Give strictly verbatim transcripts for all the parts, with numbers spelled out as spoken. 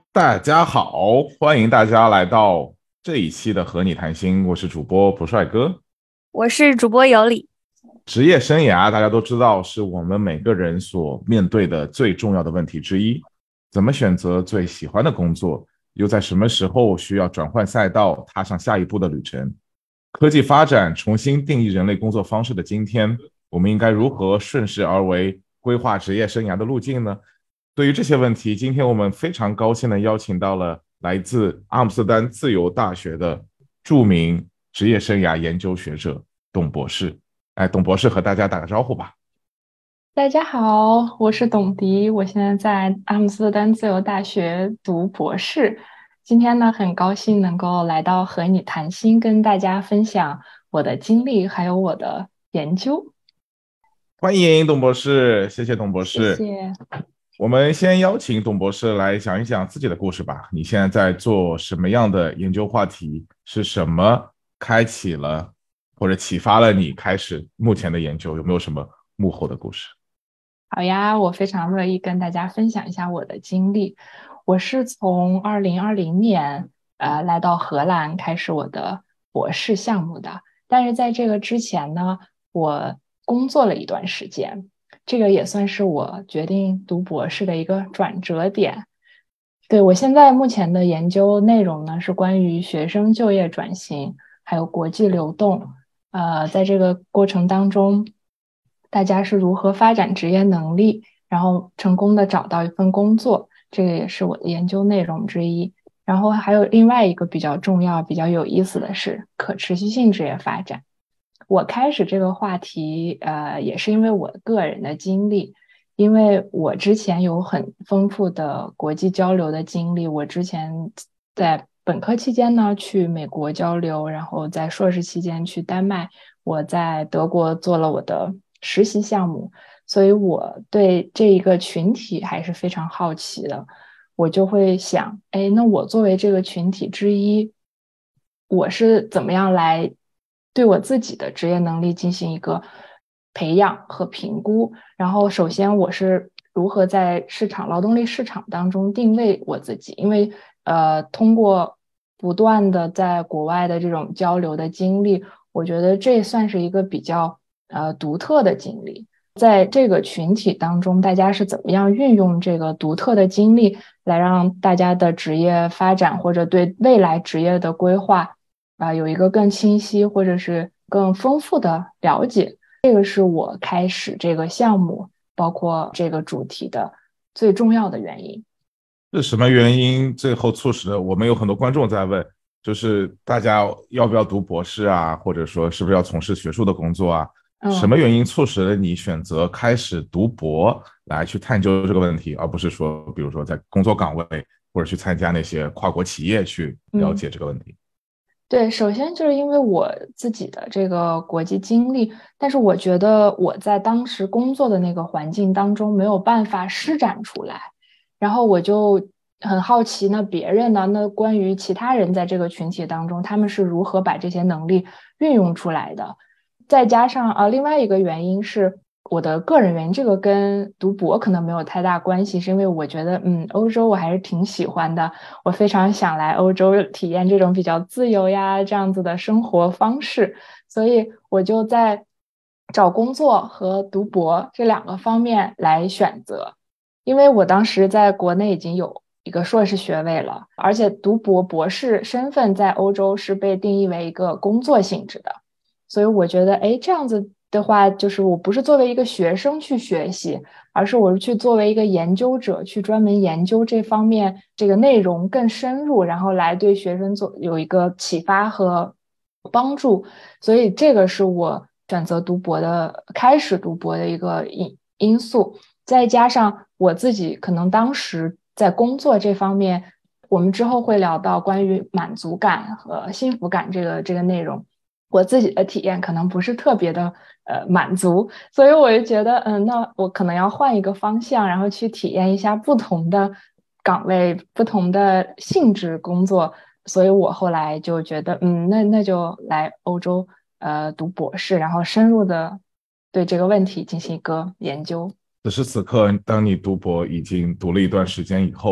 大家好，欢迎大家来到这一期的和你谈心，我是主播不帅哥。 我是主播有理。 职业生涯大家都知道是我们每个人所面对的最重要的问题之一，怎么选择最喜欢的工作，又在什么时候需要转换赛道，踏上下一步的旅程？科技发展重新定义人类工作方式的今天，我们应该如何顺势而为，规划职业生涯的路径呢？对于这些问题，今天我们非常高兴地邀请到了来自阿姆斯特丹自由大学的著名职业生涯研究学者董博士。哎，董博士和大家打个招呼吧。 大家好，我是董迪，我现在在阿姆斯特丹自由大学读博士。今天呢，很高兴能够来到和你谈心，跟大家分享我的经历还有我的研究。 欢迎董博士，谢谢董博谢士。 谢。 我们先邀请董博士来讲一讲自己的故事吧。你现在在做什么样的研究话题？是什么开启了或者启发了你开始目前的研究？有没有什么幕后的故事？ 好呀，我非常乐意跟大家分享一下我的经历。我是从二零二零年呃来到荷兰开始我的博士项目的，但是在这个之前呢，我工作了一段时间，这个也算是我决定读博士的一个转折点。对，我现在目前的研究内容呢，是关于学生就业转型，还有国际流动。呃，在这个过程当中，大家是如何发展职业能力，然后成功的找到一份工作，这个也是我的研究内容之一。然后还有另外一个比较重要、比较有意思的是可持续性职业发展。我开始这个话题，呃，也是因为我个人的经历。因为我之前有很丰富的国际交流的经历，我之前在本科期间呢去美国交流，然后在硕士期间去丹麦，我在德国做了我的实习项目，所以我对这一个群体还是非常好奇的。我就会想，哎，那我作为这个群体之一，我是怎么样来对我自己的职业能力进行一个培养和评估？然后，首先我是如何在市场劳动力市场当中定位我自己？因为呃，通过不断的在国外的这种交流的经历，我觉得这算是一个比较呃独特的经历。在这个群体当中，大家是怎么样运用这个独特的经历，来让大家的职业发展或者对未来职业的规划啊、呃有一个更清晰或者是更丰富的了解？这个是我开始这个项目，包括这个主题的最重要的原因。 是什么原因最后促使了我们有很多观众在问，就是大家要不要读博士啊，或者说是不是要从事学术的工作啊？什么嗯。 原因促使了你选择开始读博来去探究这个问题，而不是说比如说在工作岗位或者去参加那些跨国企业去了嗯。 解这个问题？ 对，首先就是因为我自己的这个国际经历，但是我觉得我在当时工作的那个环境当中没有办法施展出来，然后我就很好奇，那别人呢？那关于其他人在这个群体当中，他们是如何把这些能力运用出来的？再加上啊，另外一个原因是我的个人原因，这个跟读博可能没有太大关系，是因为我觉得，嗯，欧洲我还是挺喜欢的，我非常想来欧洲体验这种比较自由呀这样子的生活方式，所以我就在找工作和读博这两个方面来选择。因为我当时在国内已经有一个硕士学位了，而且读博博士身份在欧洲是被定义为一个工作性质的，所以我觉得，哎，这样子的话，就是我不是作为一个学生去学习，而是我是去作为一个研究者去专门研究这方面这个内容更深入，然后来对学生做有一个启发和帮助。所以这个是我选择读博的开始读博的一个因因素。再加上我自己可能当时在工作这方面，我们之后会聊到关于满足感和幸福感这个这个内容。我自己的体验可能不是特别的呃满足，所以我就觉得，嗯，那我可能要换一个方向，然后去体验一下不同的岗位、不同的性质工作。所以我后来就觉得，嗯，那那就来欧洲呃读博士，然后深入的对这个问题进行一个研究。 此时此刻，当你读博已经读了一段时间以后，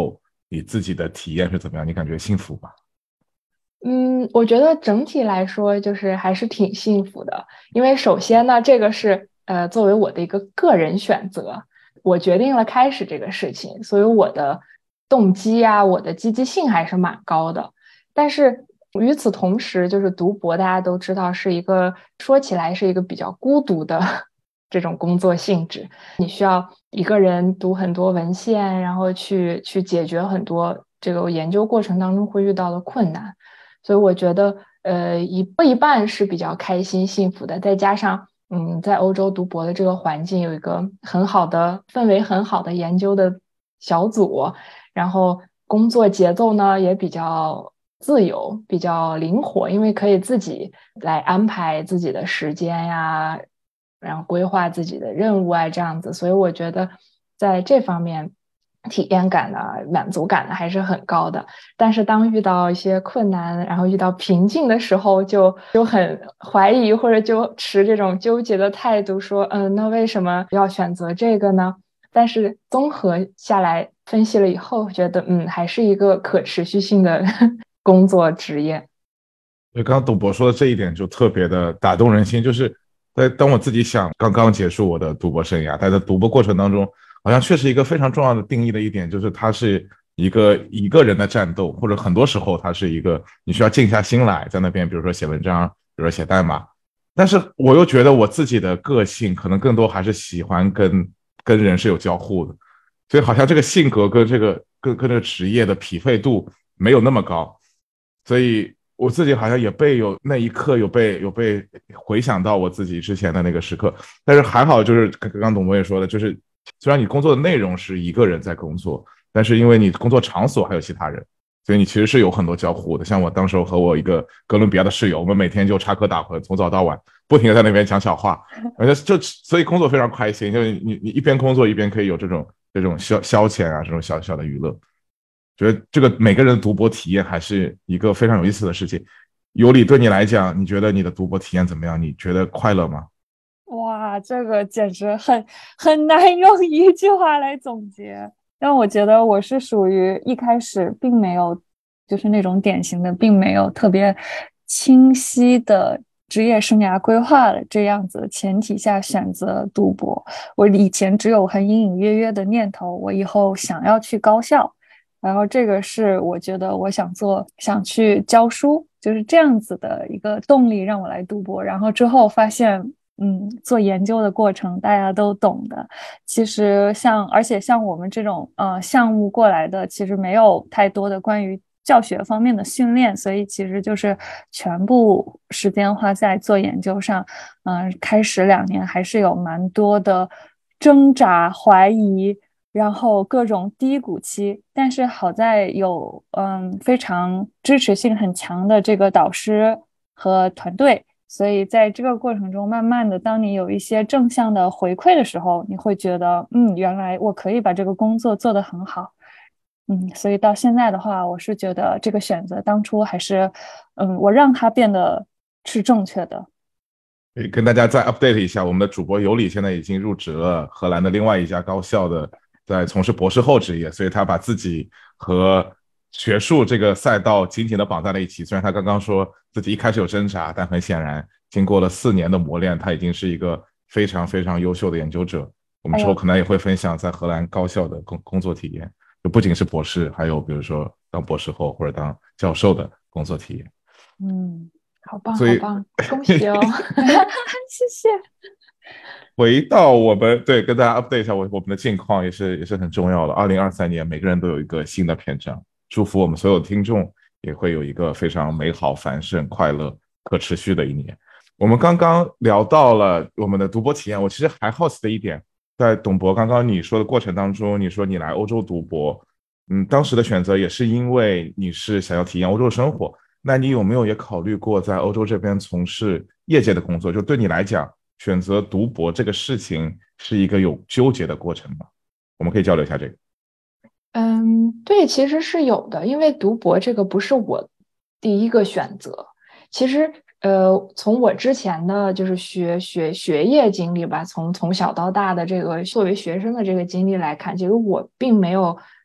你自己的体验是怎么样？你感觉幸福吗？ 嗯，我觉得整体来说就是还是挺幸福的，因为首先呢，这个是呃作为我的一个个人选择，我决定了开始这个事情，所以我的动机啊，我的积极性还是蛮高的。但是与此同时，就是读博，大家都知道是一个说起来是一个比较孤独的这种工作性质，你需要一个人读很多文献，然后去去解决很多这个研究过程当中会遇到的困难。所以我觉得，呃，一一半是比较开心幸福的，再加上，嗯，在欧洲读博的这个环境有一个很好的氛围，很好的研究的小组，然后工作节奏呢也比较自由，比较灵活，因为可以自己来安排自己的时间呀，然后规划自己的任务啊，这样子，所以我觉得在这方面。体验感呢，满足感呢还是很高的。但是当遇到一些困难，然后遇到瓶颈的时候就，就很怀疑或者就持这种纠结的态度，说，嗯，那为什么要选择这个呢？但是综合下来分析了以后，觉得嗯，还是一个可持续性的工作职业。 就刚刚董博说的这一点就特别的打动人心，就是在当我自己想刚刚结束我的读博生涯，但在读博过程当中，好像确实一个非常重要的定义的一点，就是它是一个一个人的战斗，或者很多时候它是一个你需要静下心来在那边，比如说写文章，比如说写代码。但是我又觉得我自己的个性可能更多还是喜欢跟跟人是有交互的，所以好像这个性格跟这个跟跟这个职业的匹配度没有那么高，所以我自己好像也被有那一刻有被有被回想到我自己之前的那个时刻，但是还好，就是刚刚董博也说的，就是虽然你工作的内容是一个人在工作，但是因为你工作场所还有其他人，所以你其实是有很多交互的。像我当时候和我一个哥伦比亚的室友，我们每天就插科打诨，从早到晚，不停的在那边讲小话，而且就所以工作非常开心，就是你你一边工作一边可以有这种这种消消遣啊，这种小小的娱乐。觉得这个每个人的读博体验还是一个非常有意思的事情。尤里，对你来讲，你觉得你的读博体验怎么样？你觉得快乐吗？ 哇，这个简直很很难用一句话来总结。但我觉得我是属于一开始并没有，就是那种典型的，并没有特别清晰的职业生涯规划的这样子的前提下选择读博。我以前只有很隐隐约约的念头，我以后想要去高校，然后这个是我觉得我想做，想去教书，就是这样子的一个动力让我来读博。然后之后发现，嗯，做研究的过程大家都懂的。其实像，而且像我们这种呃项目过来的，其实没有太多的关于教学方面的训练，所以其实就是全部时间花在做研究上。嗯、呃，开始两年还是有蛮多的挣扎、怀疑。然后各种低谷期，但是好在有嗯非常支持性很强的这个导师和团队，所以在这个过程中，慢慢的，当你有一些正向的回馈的时候，你会觉得嗯，原来我可以把这个工作做得很好。嗯，所以到现在的话，我是觉得这个选择当初还是嗯，我让它变得是正确的。 跟大家再 update 一下，我们的主播尤里现在已经入职了荷兰的另外一家高校的，在从事博士后职业，所以他把自己和学术这个赛道紧紧的绑在了一起。虽然他刚刚说自己一开始有挣扎，但很显然，经过了四年的磨练，他已经是一个非常非常优秀的研究者。我们之后可能也会分享在荷兰高校的工工作体验，就不仅是博士，还有比如说当博士后或者当教授的工作体验。 嗯，好棒， 所以好棒，恭喜哦！ 谢谢。 回到我们对跟大家 update 一下我我们的近况也是也是很重要的。二零二三年每个人都有一个新的篇章，祝福我们所有听众也会有一个非常美好、繁盛、快乐、可持续的一年。我们刚刚聊到了我们的读博体验，我其实还好奇的一点，在董博刚刚你说的过程当中，你说你来欧洲读博，嗯，当时的选择也是因为你是想要体验欧洲生活，那你有没有也考虑过在欧洲这边从事业界的工作？就对你来讲，选择读博这个事情是一个有纠结的过程吗？我们可以交流一下这个。 嗯，对，其实是有的，因为读博这个不是我第一个选择。其实，呃，从我之前的就是学学学业经历吧，从从小到大的这个作为学生的这个经历来看，其实我并没有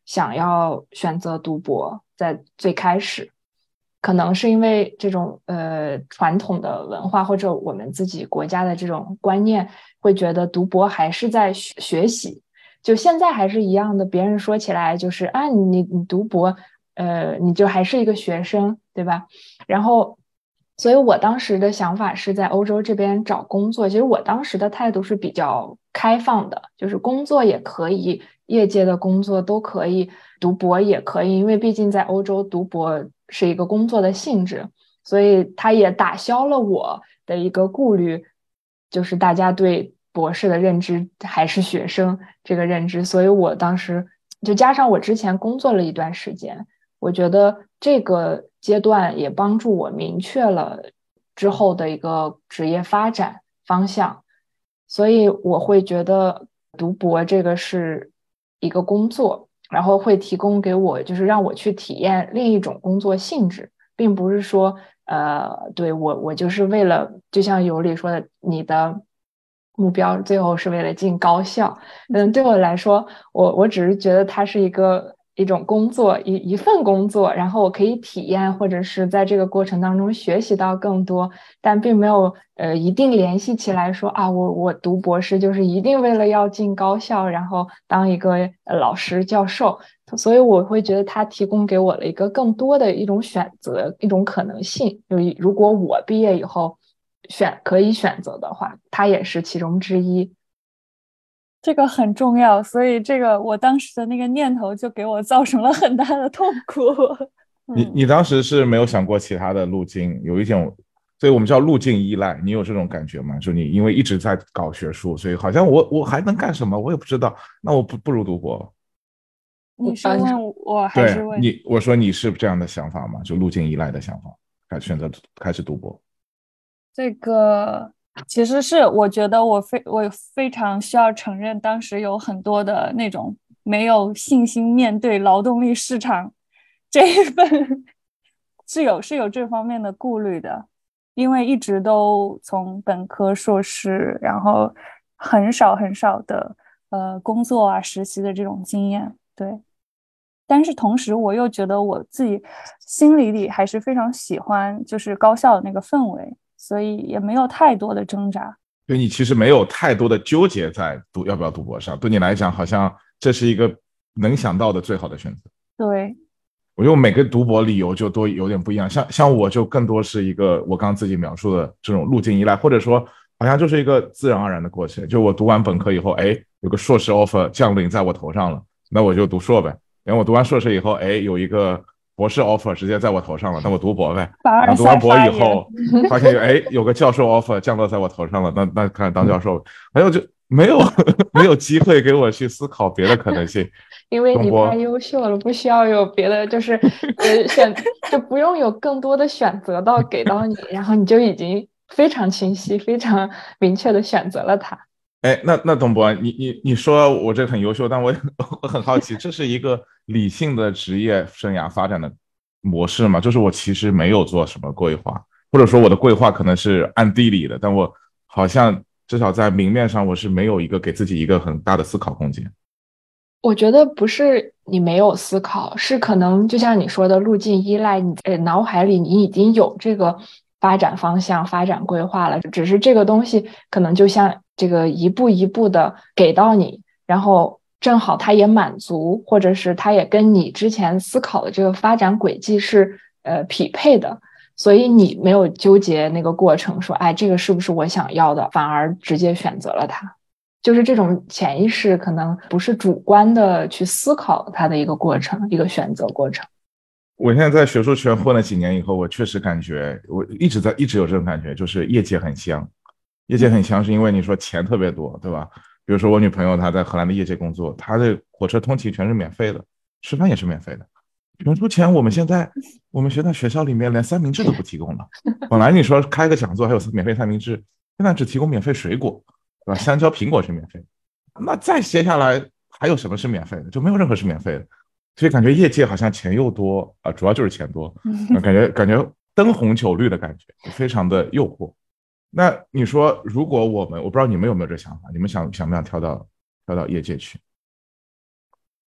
想要选择读博，在最开始。可能是因为这种呃传统的文化或者我们自己国家的这种观念，会觉得读博还是在学学习，就现在还是一样的。别人说起来就是啊，你你读博，呃，你就还是一个学生，对吧？然后，所以我当时的想法是在欧洲这边找工作。其实我当时的态度是比较开放的，就是工作也可以，业界的工作都可以，读博也可以，因为毕竟在欧洲读博是一个工作的性质，所以它也打消了我的一个顾虑，就是大家对博士的认知还是学生这个认知。所以我当时就加上我之前工作了一段时间，我觉得这个阶段也帮助我明确了之后的一个职业发展方向，所以我会觉得读博这个是一个工作，然后会提供给我，就是让我去体验另一种工作性质，并不是说，呃，对我我就是为了，就像有理说的，你的目标最后是为了进高校。嗯，对我来说，我我只是觉得它是一个一种工作，一一份工作，然后我可以体验，或者是在这个过程当中学习到更多，但并没有呃一定联系起来说啊，我我读博士就是一定为了要进高校，然后当一个呃老师教授。所以我会觉得它提供给我了一个更多的一种选择，一种可能性。就如果我毕业以后选可以选择的话，它也是其中之一。 这个很重要，所以这个我当时的那个念头就给我造成了很大的痛苦。 你你当时是没有想过其他的路径，有一种，所以我们叫路径依赖。你有这种感觉吗？就你因为一直在搞学术，所以好像我我还能干什么？我也不知道。那我不不如读博。 你是问我还是问你？我说你是这样的想法吗？就路径依赖的想法，开始选择开始读博。 这个其实是我觉得我非我非常需要承认，当时有很多的那种没有信心面对劳动力市场这一份是有是有这方面的顾虑的，因为一直都从本科、硕士，然后很少很少的呃工作啊、实习的这种经验，对。但是同时我又觉得我自己心里里还是非常喜欢就是高校的那个氛围，所以也没有太多的挣扎。 对，你其实没有太多的纠结在读要不要读博上，对你来讲好像这是一个能想到的最好的选择。 对， 我觉得我每个读博理由就都有点不一样，像像我就更多是一个我刚刚自己描述的这种路径依赖，或者说好像就是一个自然而然的过程。就我读完本科以后，哎，有个硕士 offer 降临在我头上了，那我就读硕呗。然后我读完硕士以后，哎，有一个博士 offer 直接在我头上了，那我读博呗。然后读完博以后，发现哎有个教授 offer 降落在我头上了，那那看当教授，还有就没有没有机会给我去思考别的可能性。 因为你太优秀了，不需要有别的，就是呃选，就不用有更多的选择到给到你，然后你就已经非常清晰、非常明确的选择了它。 哎，那那董博，你你你说我这很优秀，但我我很好奇，这是一个理性的职业生涯发展的模式吗？就是我其实没有做什么规划，或者说我的规划可能是暗地里的，但我好像至少在明面上我是没有一个给自己一个很大的思考空间。 我觉得不是你没有思考，是可能就像你说的路径依赖，你呃脑海里你已经有这个发展方向、发展规划了，只是这个东西可能就像这个一步一步的给到你，然后正好它也满足，或者是它也跟你之前思考的这个发展轨迹是呃匹配的，所以你没有纠结那个过程，说哎这个是不是我想要的，反而直接选择了它。就是这种潜意识可能不是主观的去思考它的一个过程，一个选择过程。 我现在在学术圈混了几年以后，我确实感觉我一直在一直有这种感觉，就是业界很香。业界很香是因为你说钱特别多，对吧？比如说我女朋友她在荷兰的业界工作，她的火车通勤全是免费的，吃饭也是免费的。全出钱，我们现在我们现在学校里面连三明治都不提供了。本来你说开个讲座还有免费三明治，现在只提供免费水果。对吧？香蕉、苹果是免费，那再接下来还有什么是免费的？就没有任何是免费的。所以感觉业界好像钱又多啊、呃，主要就是钱多，感觉感觉灯红酒绿的感觉，非常的诱惑。那你说，如果我们，我不知道你们有没有这想法，你们想想不想跳到跳到业界去？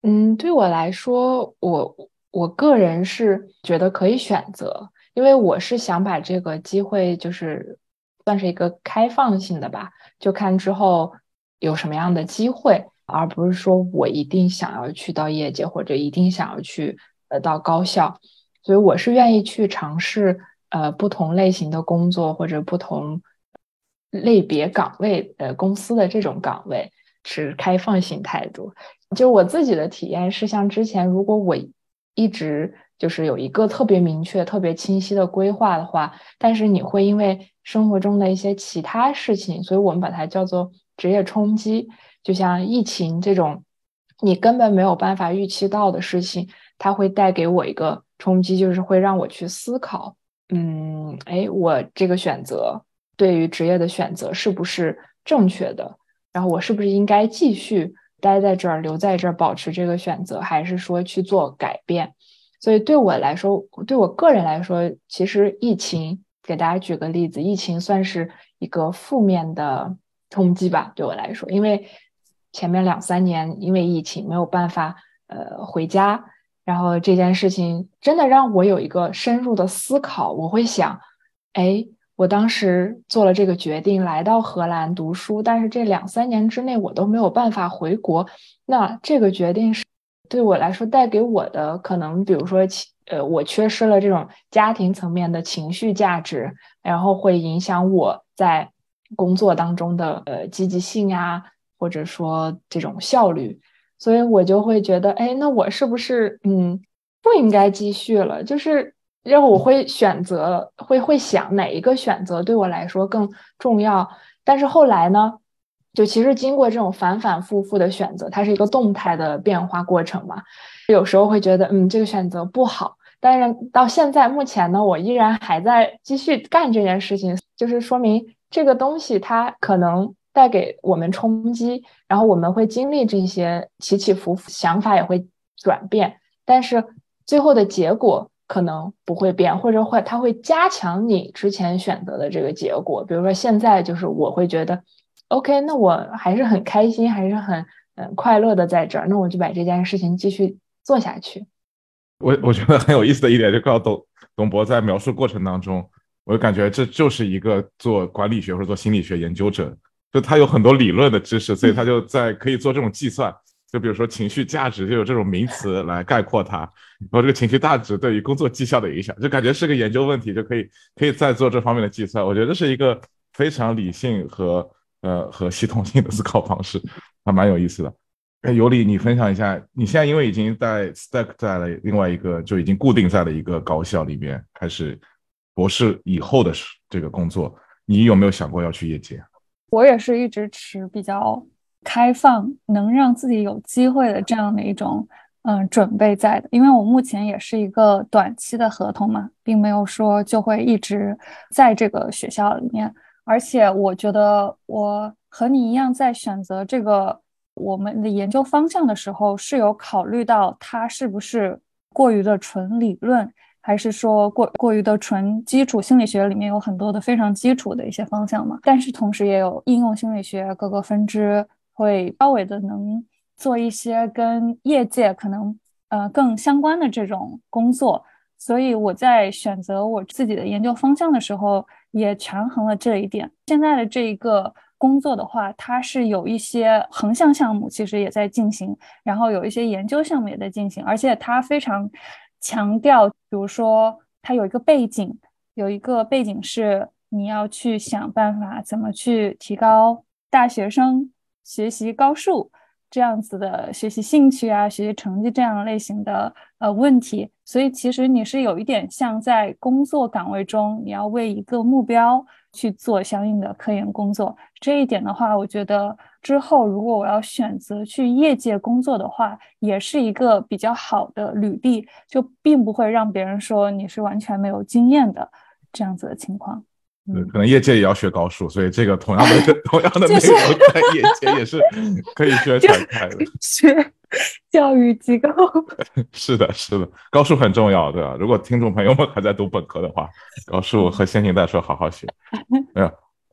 嗯，对我来说，我我个人是觉得可以选择，因为我是想把这个机会就是算是一个开放性的吧，就看之后有什么样的机会，而不是说我一定想要去到业界或者一定想要去呃到高校，所以我是愿意去尝试呃不同类型的工作或者不同类别岗位呃公司的这种岗位，持开放性态度。就我自己的体验是，像之前如果我一直就是有一个特别明确、特别清晰的规划的话，但是你会因为生活中的一些其他事情，所以我们把它叫做职业冲击，就像疫情这种你根本没有办法预期到的事情，它会带给我一个冲击，就是会让我去思考，嗯，哎，我这个选择对于职业的选择是不是正确的？然后我是不是应该继续待在这儿，留在这儿，保持这个选择，还是说去做改变？所以对我来说，对我个人来说，其实疫情，给大家举个例子，疫情算是一个负面的冲击吧，对我来说，因为前面两三年因为疫情没有办法呃回家，然后这件事情真的让我有一个深入的思考，我会想，哎。我当时做了这个决定，来到荷兰读书，但是这两三年之内我都没有办法回国。那这个决定是对我来说带给我的可能，比如说，呃，我缺失了这种家庭层面的情绪价值，然后会影响我在工作当中的呃积极性啊，或者说这种效率。所以我就会觉得，哎，那我是不是嗯不应该继续了？就是。然后我会选择，会会想哪一个选择对我来说更重要。但是后来呢，就其实经过这种反反复复的选择，它是一个动态的变化过程嘛。有时候会觉得，嗯，这个选择不好，但是到现在目前呢，我依然还在继续干这件事情，就是说明这个东西它可能带给我们冲击，然后我们会经历这些起起伏伏，想法也会转变，但是最后的结果。可能不会变，或者会它会加强你之前选择的这个结果。比如说现在就是我会觉得 OK， 那我还是很开心，还是很嗯快乐的在这儿，那我就把这件事情继续做下去。 我我觉得很有意思的一点，就看到董董博在描述过程当中，我就感觉这就是一个做管理学或者做心理学研究者，就他有很多理论的知识，所以他就在可以做这种计算。就比如说情绪价值，就有这种名词来概括它，然后这个情绪价值对于工作绩效的影响，就感觉是个研究问题，就可以可以再做这方面的计算。我觉得这是一个非常理性和呃和系统性的思考方式，还蛮有意思的。哎，尤里，你分享一下，你现在因为已经在 stack 在了另外一个就已经固定在了一个高校里面开始博士以后的这个工作，你有没有想过要去业界？ 我也是一直持比较开放，能让自己有机会的这样的一种嗯、呃、准备在的，因为我目前也是一个短期的合同嘛，并没有说就会一直在这个学校里面，而且我觉得我和你一样，在选择这个我们的研究方向的时候，是有考虑到它是不是过于的纯理论，还是说过过于的纯基础心理学里面有很多的非常基础的一些方向嘛，但是同时也有应用心理学各个分支会稍微的能做一些跟业界可能呃更相关的这种工作，所以我在选择我自己的研究方向的时候也权衡了这一点。现在的这一个工作的话，它是有一些横向项目其实也在进行，然后有一些研究项目也在进行，而且它非常强调，比如说它有一个背景，有一个背景是你要去想办法怎么去提高大学生学习高数这样子的学习兴趣啊、学习成绩这样类型的呃问题，所以其实你是有一点像在工作岗位中，你要为一个目标去做相应的科研工作。这一点的话，我觉得之后如果我要选择去业界工作的话，也是一个比较好的履历，就并不会让别人说你是完全没有经验的这样子的情况。 嗯，可能业界也要学高数，所以这个同样的同样的内容在业界也是可以学展开的。 学教育机构是的，是的，高数很重要，对吧？如果听众朋友们还在读本科的话，高数和线性代数好好学。没有，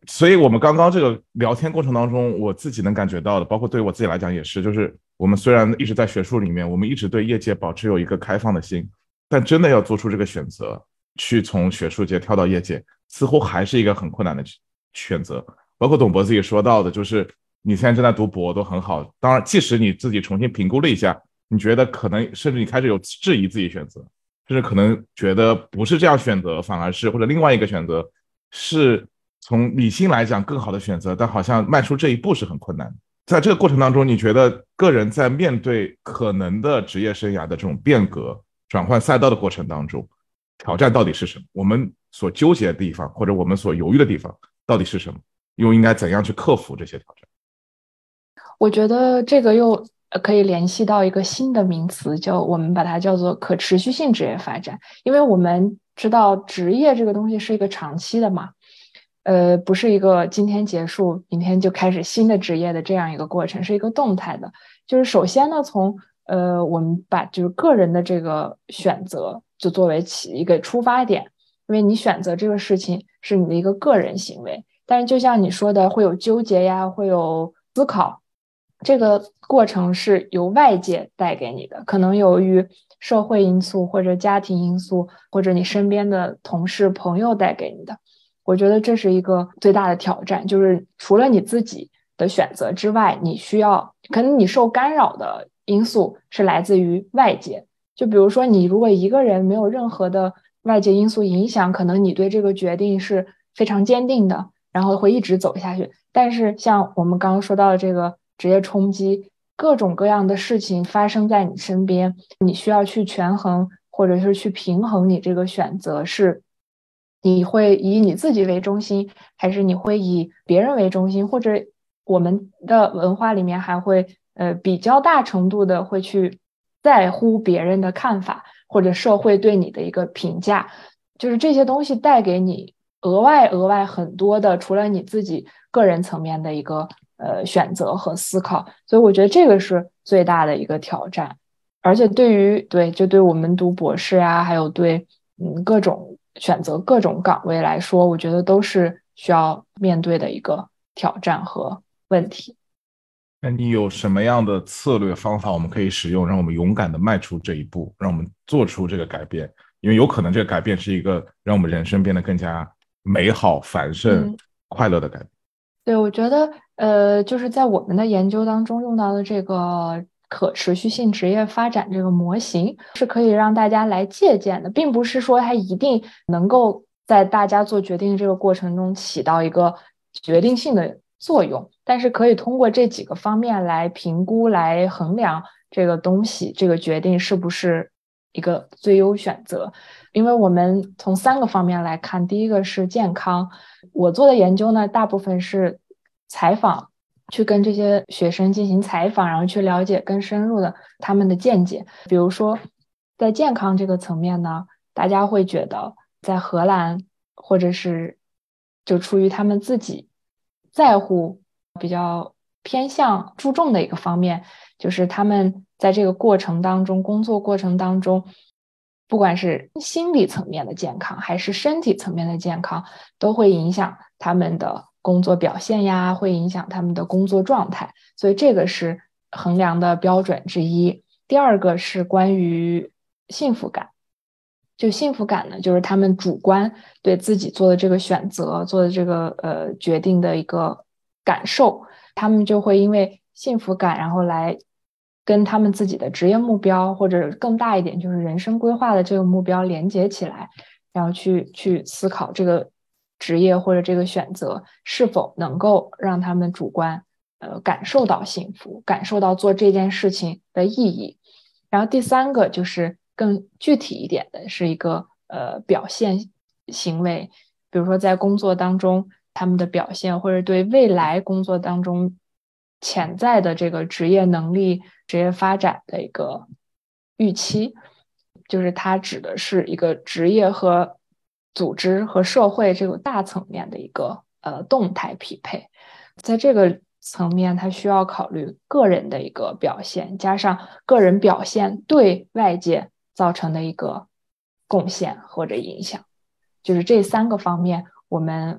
所以我们刚刚这个聊天过程当中，我自己能感觉到的，包括对于我自己来讲也是，就是我们虽然一直在学术里面，我们一直对业界保持有一个开放的心，但真的要做出这个选择，去从学术界跳到业界，似乎还是一个很困难的选择。包括董博自己说到的，就是你现在正在读博都很好，当然，即使你自己重新评估了一下，你觉得可能甚至你开始有质疑自己选择，甚至可能觉得不是这样选择，反而是或者另外一个选择是从理性来讲更好的选择，但好像迈出这一步是很困难的。在这个过程当中，你觉得个人在面对可能的职业生涯的这种变革、转换赛道的过程当中，挑战到底是什么？我们所纠结的地方，或者我们所犹豫的地方到底是什么？又应该怎样去克服这些挑战？ 我觉得这个又可以联系到一个新的名词，叫我们把它叫做可持续性职业发展。因为我们知道职业这个东西是一个长期的嘛，呃，不是一个今天结束，明天就开始新的职业的这样一个过程，是一个动态的。就是首先呢，从呃我们把就是个人的这个选择就作为起一个出发点，因为你选择这个事情是你的一个个人行为。但是就像你说的，会有纠结呀，会有思考，这个过程是由外界带给你的，可能由于社会因素或者家庭因素，或者你身边的同事朋友带给你的。我觉得这是一个最大的挑战，就是除了你自己的选择之外，你需要可能你受干扰的因素是来自于外界。就比如说你如果一个人没有任何的外界因素影响，可能你对这个决定是非常坚定的，然后会一直走下去。但是像我们刚刚说到的这个职业冲击，各种各样的事情发生在你身边，你需要去权衡或者是去平衡你这个选择，是你会以你自己为中心，还是你会以别人为中心，或者我们的文化里面还会呃比较大程度的会去在乎别人的看法，或者社会对你的一个评价，就是这些东西带给你额外额外很多的，除了你自己个人层面的一个呃选择和思考，所以我觉得这个是最大的一个挑战。而且对于对就对我们读博士啊，还有对嗯各种选择各种岗位来说，我觉得都是需要面对的一个挑战和问题。 那你有什么样的策略方法我们可以使用，让我们勇敢的迈出这一步，让我们做出这个改变？因为有可能这个改变是一个让我们人生变得更加美好、繁盛、 嗯、 快乐的改变。 对，我觉得呃，就是在我们的研究当中用到的这个可持续性职业发展这个模型，是可以让大家来借鉴的，并不是说它一定能够在大家做决定的这个过程中起到一个决定性的作用，但是可以通过这几个方面来评估、来衡量这个东西，这个决定是不是一个最优选择。因为我们从三个方面来看，第一个是健康。我做的研究呢，大部分是采访，去跟这些学生进行采访，然后去了解更深入的他们的见解。比如说，在健康这个层面呢，大家会觉得在荷兰，或者是就出于他们自己在乎、比较偏向注重的一个方面，就是他们在这个过程当中，工作过程当中，不管是心理层面的健康还是身体层面的健康，都会影响他们的工作表现呀，会影响他们的工作状态，所以这个是衡量的标准之一。第二个是关于幸福感，就幸福感呢，就是他们主观对自己做的这个选择、做的这个呃决定的一个感受，他们就会因为幸福感，然后来跟他们自己的职业目标，或者更大一点就是人生规划的这个目标连接起来，然后去去思考这个职业或者这个选择是否能够让他们主观呃感受到幸福，感受到做这件事情的意义。然后第三个就是更具体一点的，是一个呃表现行为，比如说在工作当中他们的表现，或者对未来工作当中潜在的这个职业能力、职业发展的一个预期，就是它指的是一个职业和组织和社会这个大层面的一个呃动态匹配。在这个层面，它需要考虑个人的一个表现，加上个人表现对外界造成的一个贡献或者影响，就是这三个方面，我们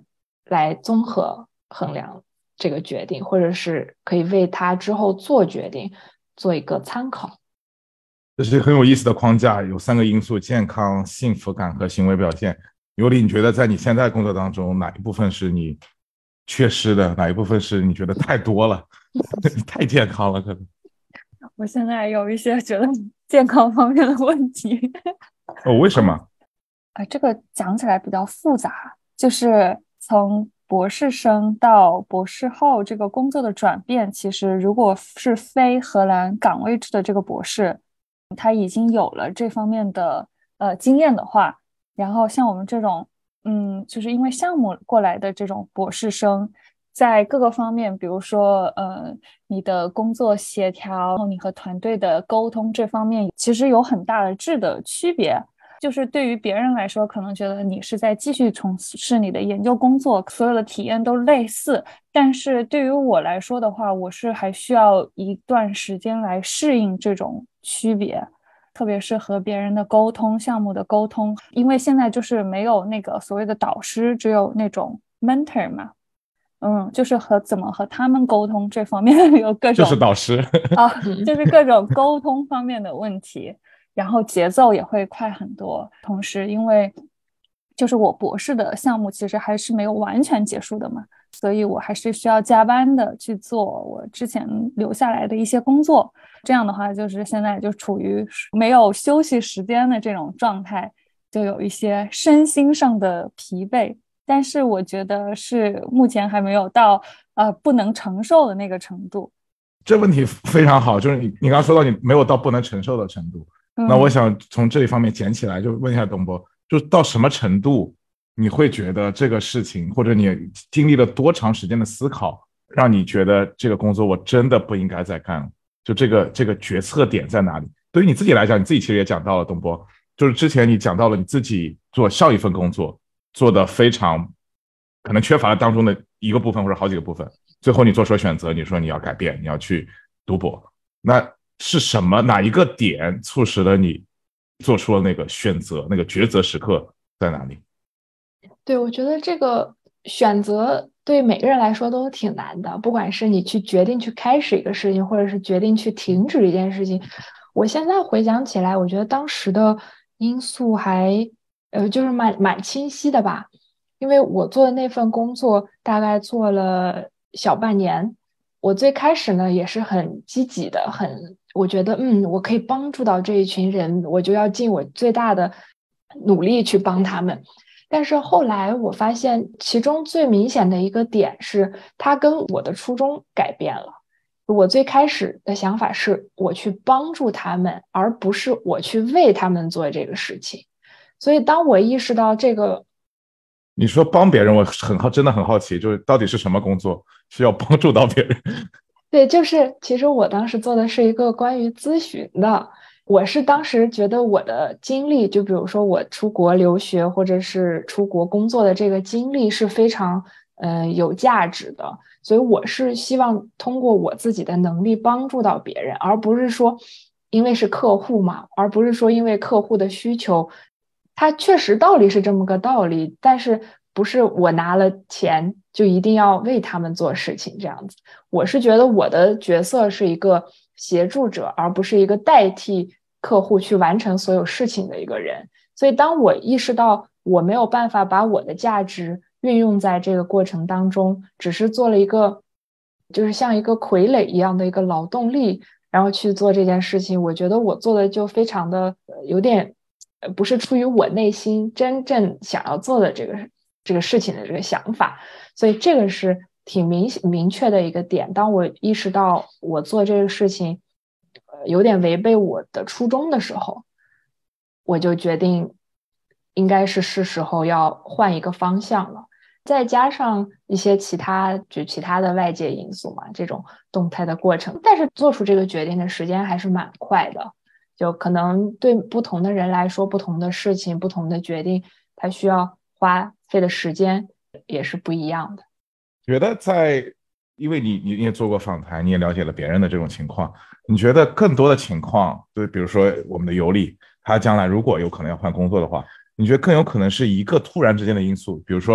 来综合衡量这个决定，或者是可以为他之后做决定做一个参考。 这是很有意思的框架，有三个因素：健康、幸福感和行为表现。尤里，你觉得在你现在工作当中，哪一部分是你缺失的？哪一部分是你觉得太多了，太健康了？可能我现在有一些觉得健康方面的问题。 哦，为什么？ 啊，这个讲起来比较复杂，就是从博士生到博士后这个工作的转变，其实如果是非荷兰岗位制的这个博士，他已经有了这方面的呃经验的话，然后像我们这种嗯，就是因为项目过来的这种博士生，在各个方面，比如说呃你的工作协调，你和团队的沟通这方面，其实有很大的质的区别。就是对于别人来说，可能觉得你是在继续从事你的研究工作，所有的体验都类似。但是对于我来说的话，我是还需要一段时间来适应这种区别，特别是和别人的沟通、项目的沟通，因为现在就是没有那个所谓的导师，只有那种 mentor 嘛。嗯，就是和怎么和他们沟通这方面有各种就是导师啊，就是各种沟通方面的问题。然后节奏也会快很多。同时，因为就是我博士的项目其实还是没有完全结束的嘛，所以我还是需要加班的去做我之前留下来的一些工作。这样的话，就是现在就处于没有休息时间的这种状态，就有一些身心上的疲惫。但是我觉得是目前还没有到呃不能承受的那个程度。 这问题非常好，就是你你刚刚说到你没有到不能承受的程度。那我想从这一方面捡起来，就问一下董博，就到什么程度你会觉得这个事情，或者你经历了多长时间的思考，让你觉得这个工作我真的不应该再干了？就这个这个决策点在哪里？对于你自己来讲，你自己其实也讲到了，董博，就是之前你讲到了你自己做上一份工作做的非常可能缺乏了当中的一个部分或者好几个部分，最后你做出了选择，你说你要改变，你要去读博，那是什么哪一个点促使了你做出了那个选择，那个抉择时刻在哪里？ 对，我觉得这个选择对每个人来说都挺难的，不管是你去决定去开始一个事情，或者是决定去停止一件事情。我现在回想起来，我觉得当时的因素还呃就是蛮蛮清晰的吧，因为我做的那份工作大概做了小半年。我最开始呢也是很积极的，很我觉得嗯，我可以帮助到这一群人，我就要尽我最大的努力去帮他们。但是后来我发现，其中最明显的一个点是，它跟我的初衷改变了。我最开始的想法是我去帮助他们，而不是我去为他们做这个事情。所以当我意识到这个， 你说帮别人，我很好，真的很好奇，就是到底是什么工作需要帮助到别人？ 对，就是其实我当时做的是一个关于咨询的。我是当时觉得我的经历，就比如说我出国留学或者是出国工作的这个经历是非常呃有价值的，所以我是希望通过我自己的能力帮助到别人，而不是说因为是客户嘛，而不是说因为客户的需求。它确实道理是这么个道理，但是不是我拿了钱就一定要为他们做事情这样子。我是觉得我的角色是一个协助者，而不是一个代替客户去完成所有事情的一个人。所以当我意识到我没有办法把我的价值运用在这个过程当中，只是做了一个就是像一个傀儡一样的一个劳动力，然后去做这件事情，我觉得我做的就非常的有点不是出于我内心真正想要做的这个这个事情的这个想法。所以这个是挺明明确的一个点。当我意识到我做这个事情呃有点违背我的初衷的时候，我就决定应该是是时候要换一个方向了。再加上一些其他就其他的外界因素嘛，这种动态的过程，但是做出这个决定的时间还是蛮快的。就可能对不同的人来说，不同的事情，不同的决定，它需要花费的时间也是不一样的。 觉得在，因为你你也做过访谈，你也了解了别人的这种情况，你觉得更多的情况，就比如说我们的尤里，他将来如果有可能要换工作的话，你觉得更有可能是一个突然之间的因素，比如说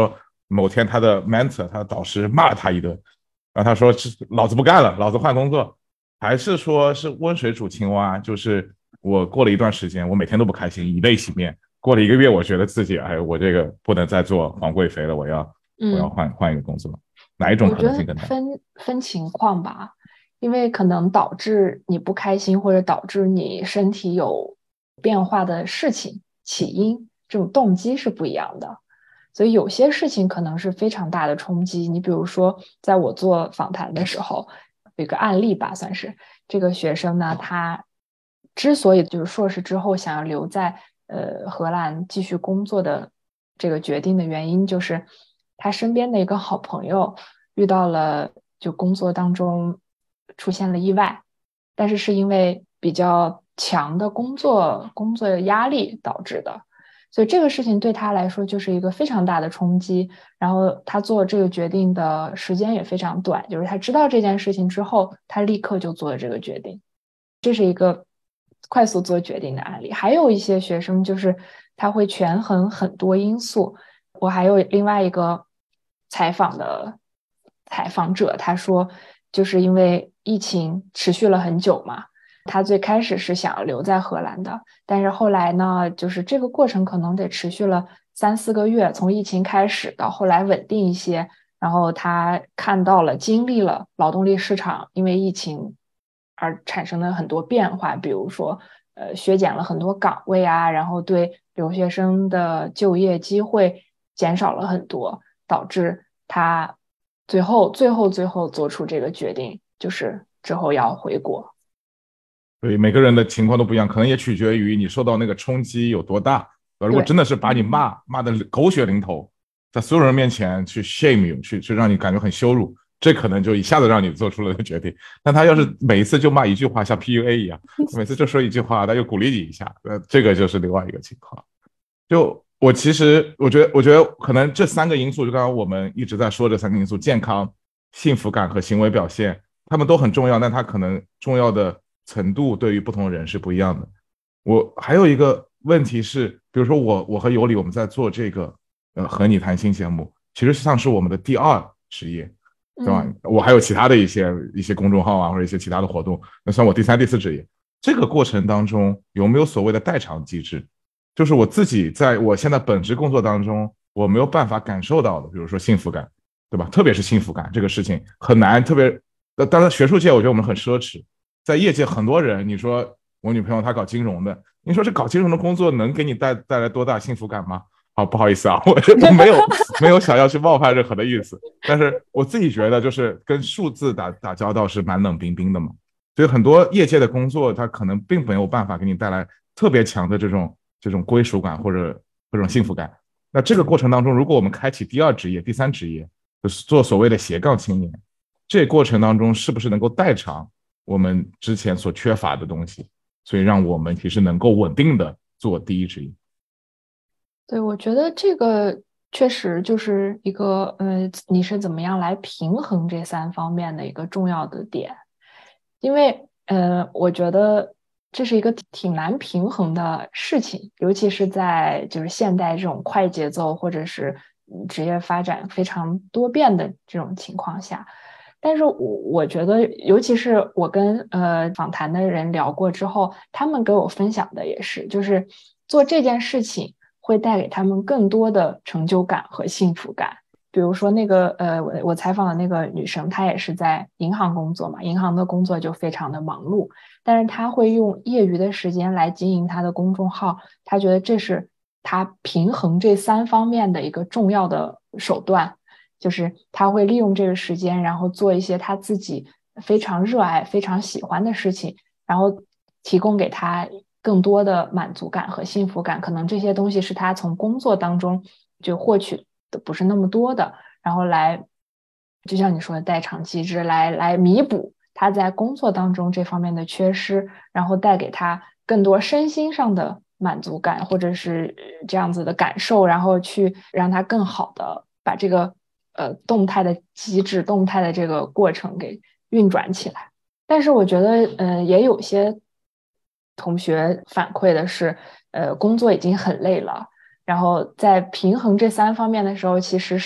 某天他的 mentor 他的导师骂了他一顿，然后他说老子不干了，老子换工作，还是说是温水煮青蛙，就是我过了一段时间我每天都不开心，以泪洗面，过了一个月我觉得自己哎我这个不能再做皇贵妃了，我要、嗯、我要换换一个工作，哪一种可能性更大？ 我觉得分分情况吧，因为可能导致你不开心或者导致你身体有变化的事情起因，这种动机是不一样的。所以有些事情可能是非常大的冲击，你比如说在我做访谈的时候有一个案例吧，算是这个学生呢，他之所以就是硕士之后想要留在呃荷兰继续工作的这个决定的原因，就是他身边的一个好朋友遇到了就工作当中出现了意外，但是是因为比较强的工作工作压力导致的，所以这个事情对他来说就是一个非常大的冲击，然后他做这个决定的时间也非常短，就是他知道这件事情之后他立刻就做了这个决定，这是一个快速做决定的案例。还有一些学生就是他会权衡很多因素，我还有另外一个采访的采访者，他说就是因为疫情持续了很久嘛，他最开始是想要留在荷兰的，但是后来呢，就是这个过程可能得持续了三四个月，从疫情开始到后来稳定一些，然后他看到了经历了劳动力市场因为疫情而产生了很多变化，比如说呃削减了很多岗位啊，然后对留学生的就业机会减少了很多，导致他最后最后最后做出这个决定，就是之后要回国。 对，每个人的情况都不一样，可能也取决于你受到那个冲击有多大。如果真的是把你骂骂的狗血淋头，在所有人面前去 shame you， 去去让你感觉很羞辱，这可能就一下子让你做出了决定。但他要是每一次就骂一句话，像 P U A 一样，每次就说一句话，他又鼓励你一下，呃，这个就是另外一个情况。就我其实我觉得，我觉得可能这三个因素，就刚刚我们一直在说这三个因素：健康、幸福感和行为表现，他们都很重要，但它可能重要的程度对于不同的人是不一样的。我还有一个问题是，比如说我我和尤里我们在做这个呃和你谈心节目，其实像是我们的第二职业，对吧？嗯、我还有其他的一些一些公众号啊，或者一些其他的活动，那算我第三、第四职业。这个过程当中有没有所谓的代偿机制？就是我自己在我现在本职工作当中，我没有办法感受到的，比如说幸福感，对吧？特别是幸福感这个事情很难，特别当然学术界我觉得我们很奢侈，在业界很多人，你说我女朋友她搞金融的，你说这搞金融的工作能给你带带来多大幸福感吗？好，不好意思啊，我没有没有想要去冒犯任何的意思，但是我自己觉得就是跟数字打打交道是蛮冷冰冰的嘛，所以很多业界的工作它可能并没有办法给你带来特别强的这种这种归属感或者这种幸福感。那这个过程当中，如果我们开启第二职业、第三职业，就是做所谓的斜杠青年，这过程当中是不是能够代偿我们之前所缺乏的东西，所以让我们其实能够稳定的做第一职业？ 对，我觉得这个确实就是一个呃，你是怎么样来平衡这三方面的一个重要的点，因为呃，我觉得这是一个挺难平衡的事情，尤其是在就是现代这种快节奏或者是职业发展非常多变的这种情况下。但是我我觉得，尤其是我跟呃访谈的人聊过之后，他们给我分享的也是，就是做这件事情会带给他们更多的成就感和幸福感。比如说那个呃，我我采访的那个女生，她也是在银行工作嘛，银行的工作就非常的忙碌，但是她会用业余的时间来经营她的公众号，她觉得这是她平衡这三方面的一个重要的手段。就是他会利用这个时间，然后做一些他自己非常热爱、非常喜欢的事情，然后提供给他更多的满足感和幸福感。可能这些东西是他从工作当中就获取的不是那么多的，然后来，就像你说的代偿机制，来来弥补他在工作当中这方面的缺失，然后带给他更多身心上的满足感，或者是这样子的感受，然后去让他更好的把这个呃，动态的机制、动态的这个过程给运转起来。但是我觉得，呃，也有些同学反馈的是，呃，工作已经很累了，然后在平衡这三方面的时候，其实是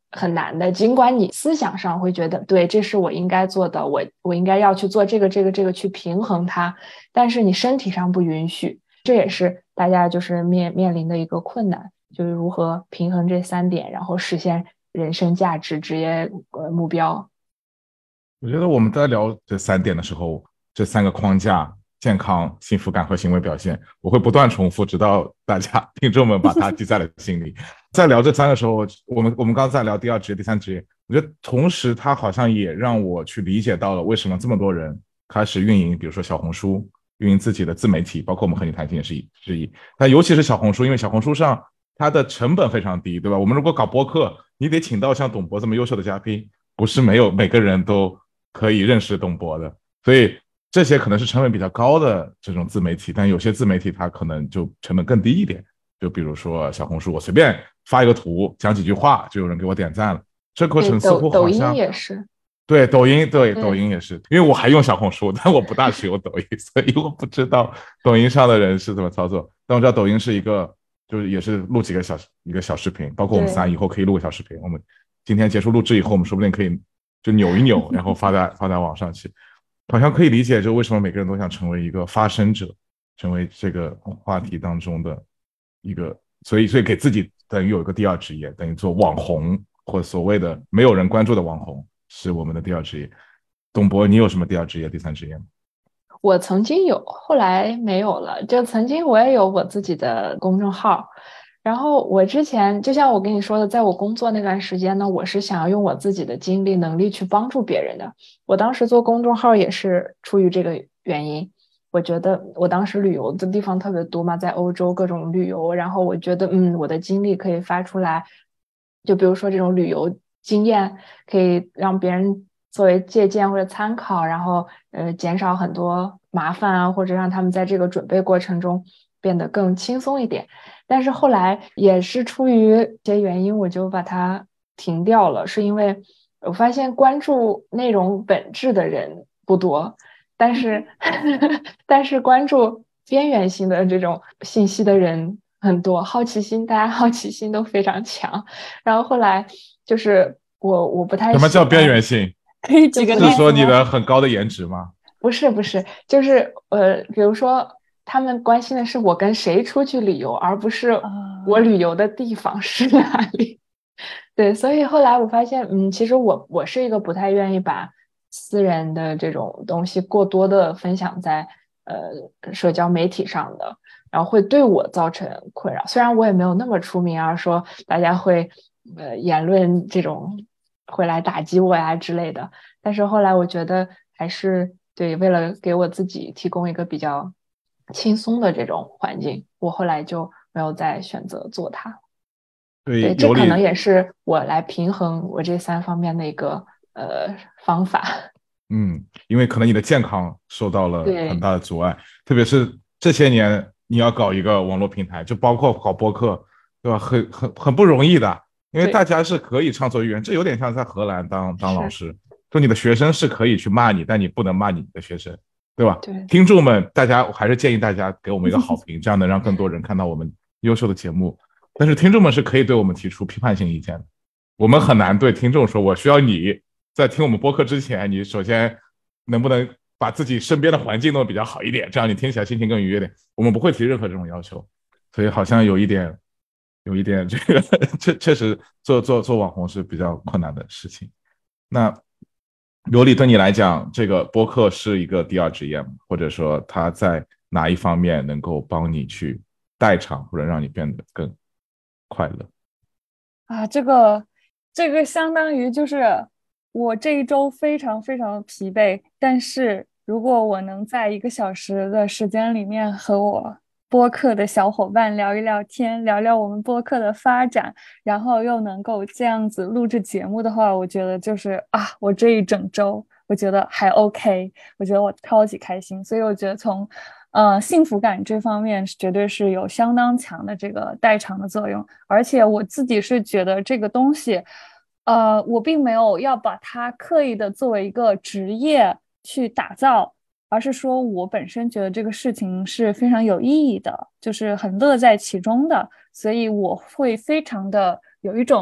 很难的。尽管你思想上会觉得对，这是我应该做的，我我应该要去做这个这个这个去平衡它，但是你身体上不允许，这也是大家就是面面临的一个困难，就是如何平衡这三点，然后实现人生价值、职业呃目标。 我觉得我们在聊这三点的时候，这三个框架：健康、幸福感和行为表现，我会不断重复，直到大家听众们把它记在了心里。在聊这三个时候，我们我们刚才在聊第二职业、第三职业，我觉得同时它好像也让我去理解到了为什么这么多人开始运营，比如说小红书，运营自己的自媒体，包括我们和你谈心也是之一。但尤其是小红书，因为小红书上它的成本非常低，对吧？我们如果搞播客，你得请到像董博这么优秀的嘉宾，不是没有每个人都可以认识董博的，所以这些可能是成本比较高的这种自媒体，但有些自媒体它可能就成本更低一点，就比如说小红书，我随便发一个图，讲几句话，就有人给我点赞了。这过程似乎好像抖音也是， 对，抖音对抖音也是，因为我还用小红书，但我不大使用抖音，所以我不知道抖音上的人是怎么操作。但我知道抖音是一个，就是也是录几个小一个小视频，包括我们仨以后可以录个小视频。我们今天结束录制以后，我们说不定可以就扭一扭，然后发在发在网上去。好像可以理解，就为什么每个人都想成为一个发声者，成为这个话题当中的一个，所以所以给自己等于有一个第二职业，等于做网红或者所谓的没有人关注的网红是我们的第二职业。董博，你有什么第二职业、第三职业吗？ 我曾经有，后来没有了。就曾经我也有我自己的公众号，然后我之前就像我跟你说的，在我工作那段时间呢，我是想要用我自己的精力能力去帮助别人的。我当时做公众号也是出于这个原因，我觉得我当时旅游的地方特别多嘛，在欧洲各种旅游，然后我觉得嗯，我的经历可以发出来，就比如说这种旅游经验可以让别人作为借鉴或者参考，然后呃减少很多麻烦啊，或者让他们在这个准备过程中变得更轻松一点。但是后来也是出于一些原因，我就把它停掉了，是因为我发现关注内容本质的人不多，但是但是关注边缘性的这种信息的人很多，好奇心大家好奇心都非常强。然后后来就是我我不太什么叫边缘性？ 可以举个例子吗？ 是说你的很高的颜值吗？ 不是不是，就是呃，比如说他们关心的是我跟谁出去旅游，而不是我旅游的地方是哪里。对，所以后来我发现，嗯，其实我我是一个不太愿意把私人的这种东西过多的分享在呃社交媒体上的，然后会对我造成困扰。虽然我也没有那么出名啊，说大家会呃言论这种会来打击我呀之类的，但是后来我觉得还是对，为了给我自己提供一个比较轻松的这种环境，我后来就没有再选择做它。对， 对， 这有理。 可能也是我来平衡我这三方面的一个呃方法。 嗯，因为可能你的健康受到了很对， 大的阻碍，特别是这些年你要搞一个网络平台，就包括搞播客，对吧？很很很不容易的，因为对， 大家是可以畅所欲言，这有点像在荷兰当当老是， 师，就你的学生是可以去骂你，但你不能骂你的学生，对吧？ 对， 听众们，大家我还是建议大家给我们一个好评，这样能让更多人看到我们优秀的节目。但是听众们是可以对我们提出批判性意见的，我们很难对听众说，我需要你在听我们播客之前，你首先能不能把自己身边的环境弄得比较好一点，这样你听起来心情更愉悦点。我们不会提任何这种要求，所以好像有一点，有一点这个确确实做做做网红是比较困难的事情。那尤里对你来讲，这个播客是一个第二职业吗？或者说他在哪一方面能够帮你去代偿，或者让你变得更快乐？ 啊，这个这个相当于就是我这一周非常非常疲惫，但是如果我能在一个小时的时间里面和我播客的小伙伴聊一聊天，聊聊我们播客的发展，然后又能够这样子录制节目的话，我觉得就是啊，我这一整周我觉得还 OK， 我觉得我超级开心，所以我觉得从呃幸福感这方面绝对是有相当强的这个代偿的作用，而且我自己是觉得这个东西，呃，我并没有要把它刻意的作为一个职业去打造。而是说我本身觉得这个事情是非常有意义的，就是很乐在其中的，所以我会非常的有一种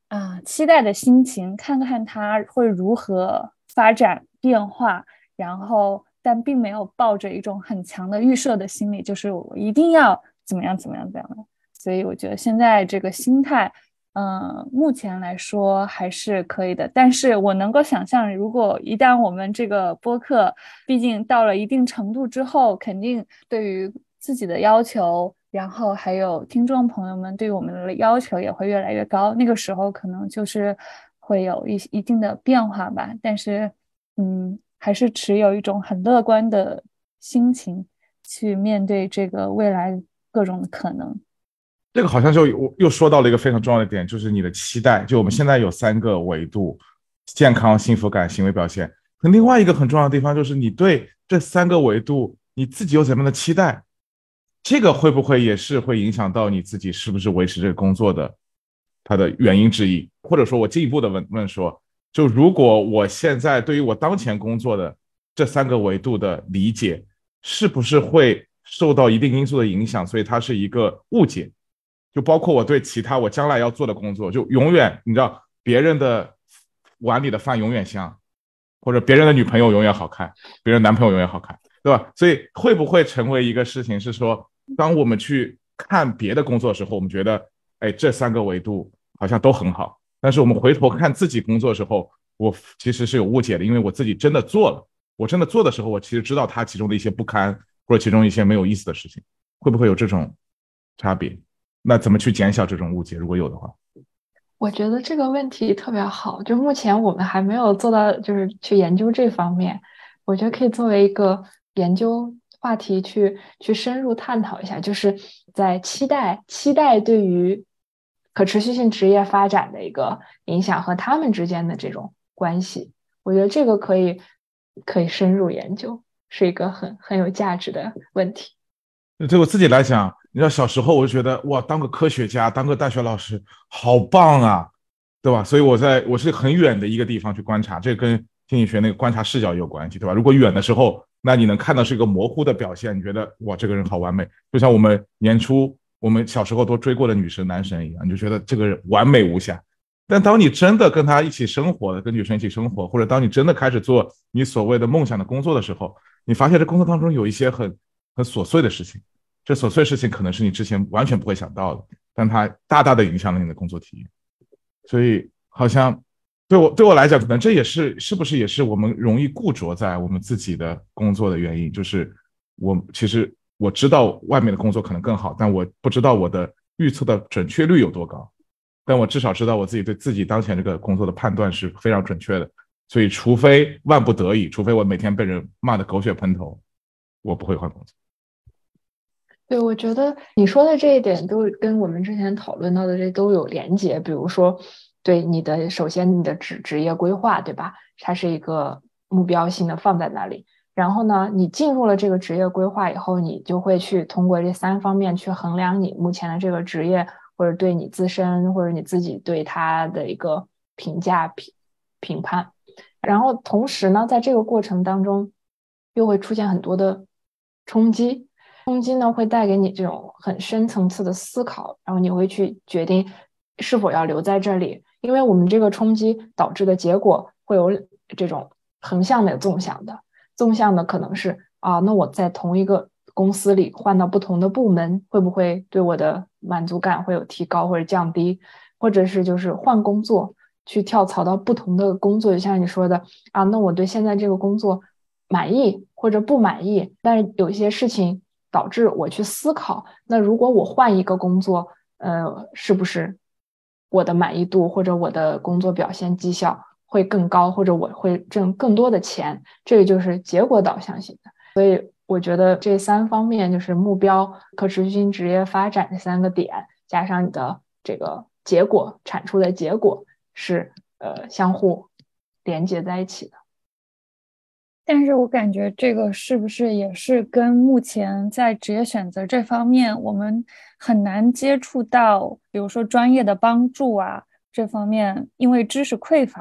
啊，期待的心情，看看它会如何发展变化，然后但并没有抱着一种很强的预设的心理，就是我一定要怎么样怎么样怎样的。所以我觉得现在这个心态，嗯，目前来说还是可以的。但是我能够想象，如果一旦我们这个播客，毕竟到了一定程度之后，肯定对于自己的要求，然后还有听众朋友们对我们的要求也会越来越高。那个时候可能就是会有一一定的变化吧。但是，嗯，还是持有一种很乐观的心情去面对这个未来各种的可能。 这个好像就又又说到了一个非常重要的点，就是你的期待。就我们现在有三个维度：健康、幸福感、行为表现。那另外一个很重要的地方就是你对这三个维度你自己有怎么样的期待，这个会不会也是会影响到你自己是不是维持这个工作的它的原因之一？或者说我进一步的问问说，就如果我现在对于我当前工作的这三个维度的理解，是不是会受到一定因素的影响，所以它是一个误解？就包括我对其他我将来要做的工作，就永远你知道别人的碗里的饭永远香，或者别人的女朋友永远好看，别人男朋友永远好看，对吧？所以会不会成为一个事情是说，当我们去看别的工作的时候，我们觉得哎这三个维度好像都很好，但是我们回头看自己工作的时候，我其实是有误解的，因为我自己真的做了，我真的做的时候，我其实知道它其中的一些不堪或者其中一些没有意思的事情，会不会有这种差别？那怎么去减小这种误解？如果有的话， 我觉得这个问题特别好，就目前我们还没有做到，就是去研究这方面。我觉得可以作为一个研究话题去去深入探讨一下，就是在期待期待对于可持续性职业发展的一个影响和他们之间的这种关系。我觉得这个可以可以深入研究，是一个很很有价值的问题。 对我自己来讲，你知道小时候我就觉得哇，当个科学家，当个大学老师，好棒啊，对吧？所以我在我是很远的一个地方去观察，这跟心理学那个观察视角也有关系，对吧？如果远的时候，那你能看到是一个模糊的表现，你觉得哇，这个人好完美，就像我们年初我们小时候都追过的女神男神一样，你就觉得这个人完美无瑕。但当你真的跟他一起生活的，跟女生一起生活，或者当你真的开始做你所谓的梦想的工作的时候，你发现这工作当中有一些很很琐碎的事情。这琐碎事情可能是你之前完全不会想到的，但它大大的影响了你的工作体验。所以好像对我对我来讲，可能这也是是不是也是我们容易固着在我们自己的工作的原因，就是我其实我知道外面的工作可能更好，但我不知道我的预测的准确率有多高，但我至少知道我自己对自己当前这个工作的判断是非常准确的。所以除非万不得已，除非我每天被人骂得狗血喷头，我不会换工作。 对，我觉得你说的这一点都跟我们之前讨论到的这都有连结。比如说，对你的首先你的职职业规划，对吧？它是一个目标性的放在那里。然后呢，你进入了这个职业规划以后，你就会去通过这三方面去衡量你目前的这个职业，或者对你自身，或者你自己对它的一个评价评评判。然后同时呢，在这个过程当中，又会出现很多的冲击。冲击呢会带给你这种很深层次的思考，然后你会去决定是否要留在这里，因为我们这个冲击导致的结果会有这种横向的、纵向的。纵向的可能是啊，那我在同一个公司里换到不同的部门，会不会对我的满足感会有提高或者降低？或者是就是换工作，去跳槽到不同的工作，就像你说的啊，那我对现在这个工作满意或者不满意，但是有一些事情导致我去思考，那如果我换一个工作，呃，是不是我的满意度或者我的工作表现绩效会更高，或者我会挣更多的钱？这个就是结果导向型的。所以我觉得这三方面就是目标、可持续性职业发展这三个点，加上你的这个结果产出的结果是呃相互连接在一起的。 但是我感觉这个是不是也是跟目前在职业选择这方面，我们很难接触到，比如说专业的帮助啊，这方面因为知识匮乏，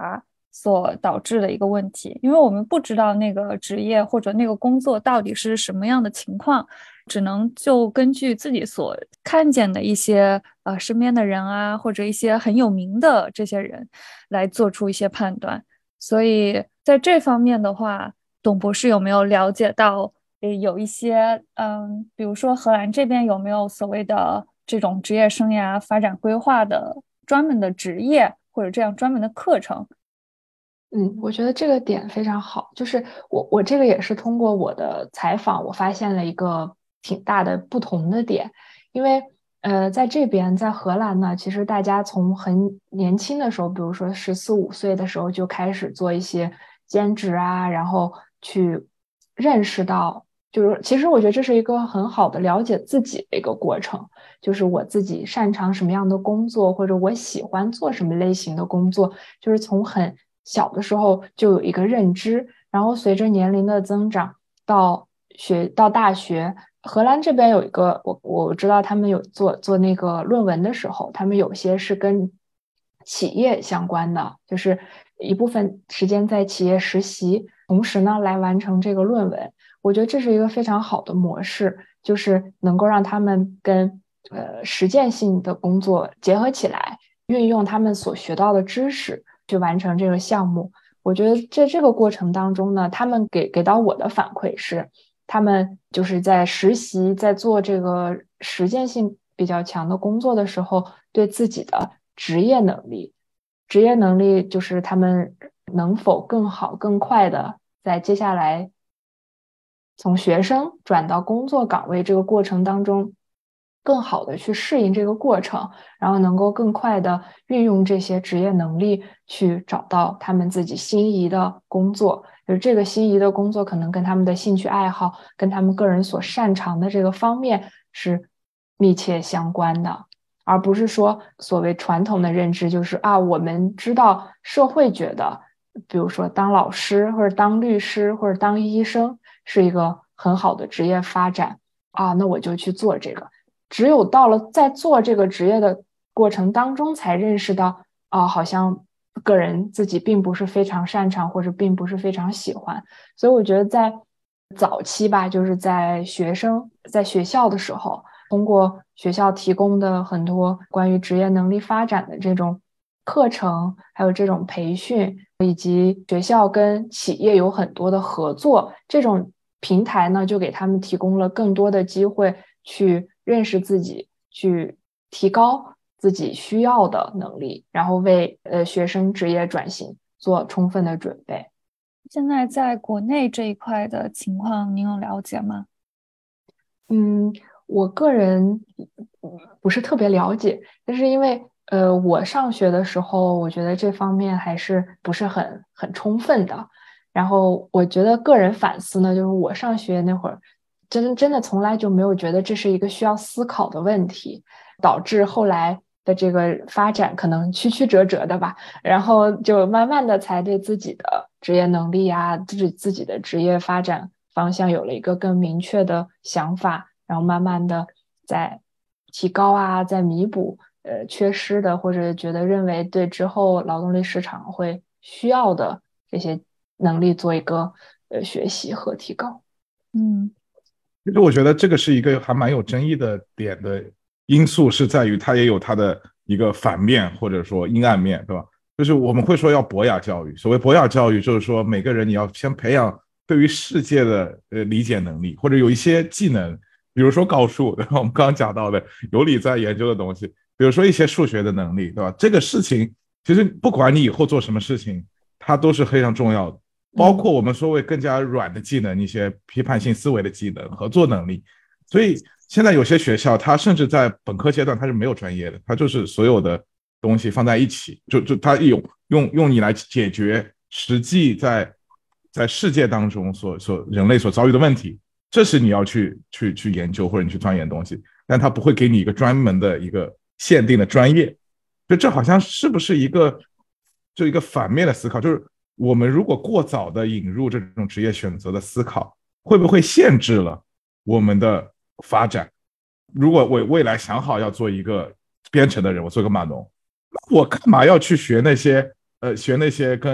所导致的一个问题，因为我们不知道那个职业或者那个工作到底是什么样的情况，只能就根据自己所看见的一些呃身边的人啊，或者一些很有名的这些人来做出一些判断。所以在这方面的话，董博士有没有了解到，呃，有一些嗯，比如说荷兰这边有没有所谓的这种职业生涯发展规划的专门的职业或者这样专门的课程？ 嗯，我觉得这个点非常好，就是我我这个也是通过我的采访，我发现了一个挺大的不同的点，因为呃，在这边在荷兰呢，其实大家从很年轻的时候，比如说十四五岁的时候就开始做一些兼职啊，然后去认识到，就是其实我觉得这是一个很好的了解自己的一个过程，就是我自己擅长什么样的工作，或者我喜欢做什么类型的工作，就是从很小的时候就有一个认知，然后随着年龄的增长，到学到大学，荷兰这边有一个我我知道他们有做做那个论文的时候，他们有些是跟企业相关的，就是一部分时间在企业实习，同时呢来完成这个论文。我觉得这是一个非常好的模式，就是能够让他们跟呃实践性的工作结合起来，运用他们所学到的知识去完成这个项目。我觉得在这个过程当中呢，他们给给到我的反馈是，他们就是在实习，在做这个实践性比较强的工作的时候，对自己的职业能力，职业能力就是他们能否更好、更快的在接下来从学生转到工作岗位这个过程当中，更好的去适应这个过程，然后能够更快的运用这些职业能力去找到他们自己心仪的工作。就是这个心仪的工作可能跟他们的兴趣爱好，跟他们个人所擅长的这个方面是密切相关的，而不是说所谓传统的认知就是啊，我们知道社会觉得，比如说当老师或者当律师或者当医生是一个很好的职业发展啊，那我就去做这个。只有到了在做这个职业的过程当中，才认识到啊，好像个人自己并不是非常擅长，或者并不是非常喜欢。所以我觉得在早期吧，就是在学生在学校的时候，通过学校提供的很多关于职业能力发展的这种课程，还有这种培训，以及学校跟企业有很多的合作，这种平台呢，就给他们提供了更多的机会去认识自己，去提高自己需要的能力，然后为呃学生职业转型做充分的准备。 现在在国内这一块的情况，您有了解吗？ 嗯，我个人不是特别了解，但是因为呃，我上学的时候，我觉得这方面还是不是很很充分的。然后我觉得个人反思呢，就是我上学那会儿，真真的从来就没有觉得这是一个需要思考的问题，导致后来的这个发展可能曲曲折折的吧，然后就慢慢的才对自己的职业能力啊，自己自己的职业发展方向有了一个更明确的想法，然后慢慢的在提高啊，在弥补呃缺失的，或者觉得认为对之后劳动力市场会需要的这些能力做一个呃学习和提高。 嗯， 其实我觉得这个是一个还蛮有争议的点的因素，是在于它也有它的一个反面或者说阴暗面，对吧？就是我们会说要博雅教育，所谓博雅教育，就是说每个人你要先培养对于世界的呃理解能力，或者有一些技能，比如说高数，对吧？我们刚刚讲到的有理在研究的东西，比如说一些数学的能力，对吧？这个事情其实不管你以后做什么事情，它都是非常重要的。包括我们所谓更加软的技能，一些批判性思维的技能、合作能力。所以现在有些学校，它甚至在本科阶段它是没有专业的，它就是所有的东西放在一起，就就它用用用你来解决实际在在世界当中所所人类所遭遇的问题，这是你要去去去研究或者你去钻研的东西，但它不会给你一个专门的一个限定的专业。就这好像是不是一个就一个反面的思考，就是我们如果过早的引入这种职业选择的思考，会不会限制了我们的发展？如果我未来想好要做一个编程的人，我做个码农，我干嘛要去学那些呃学那些跟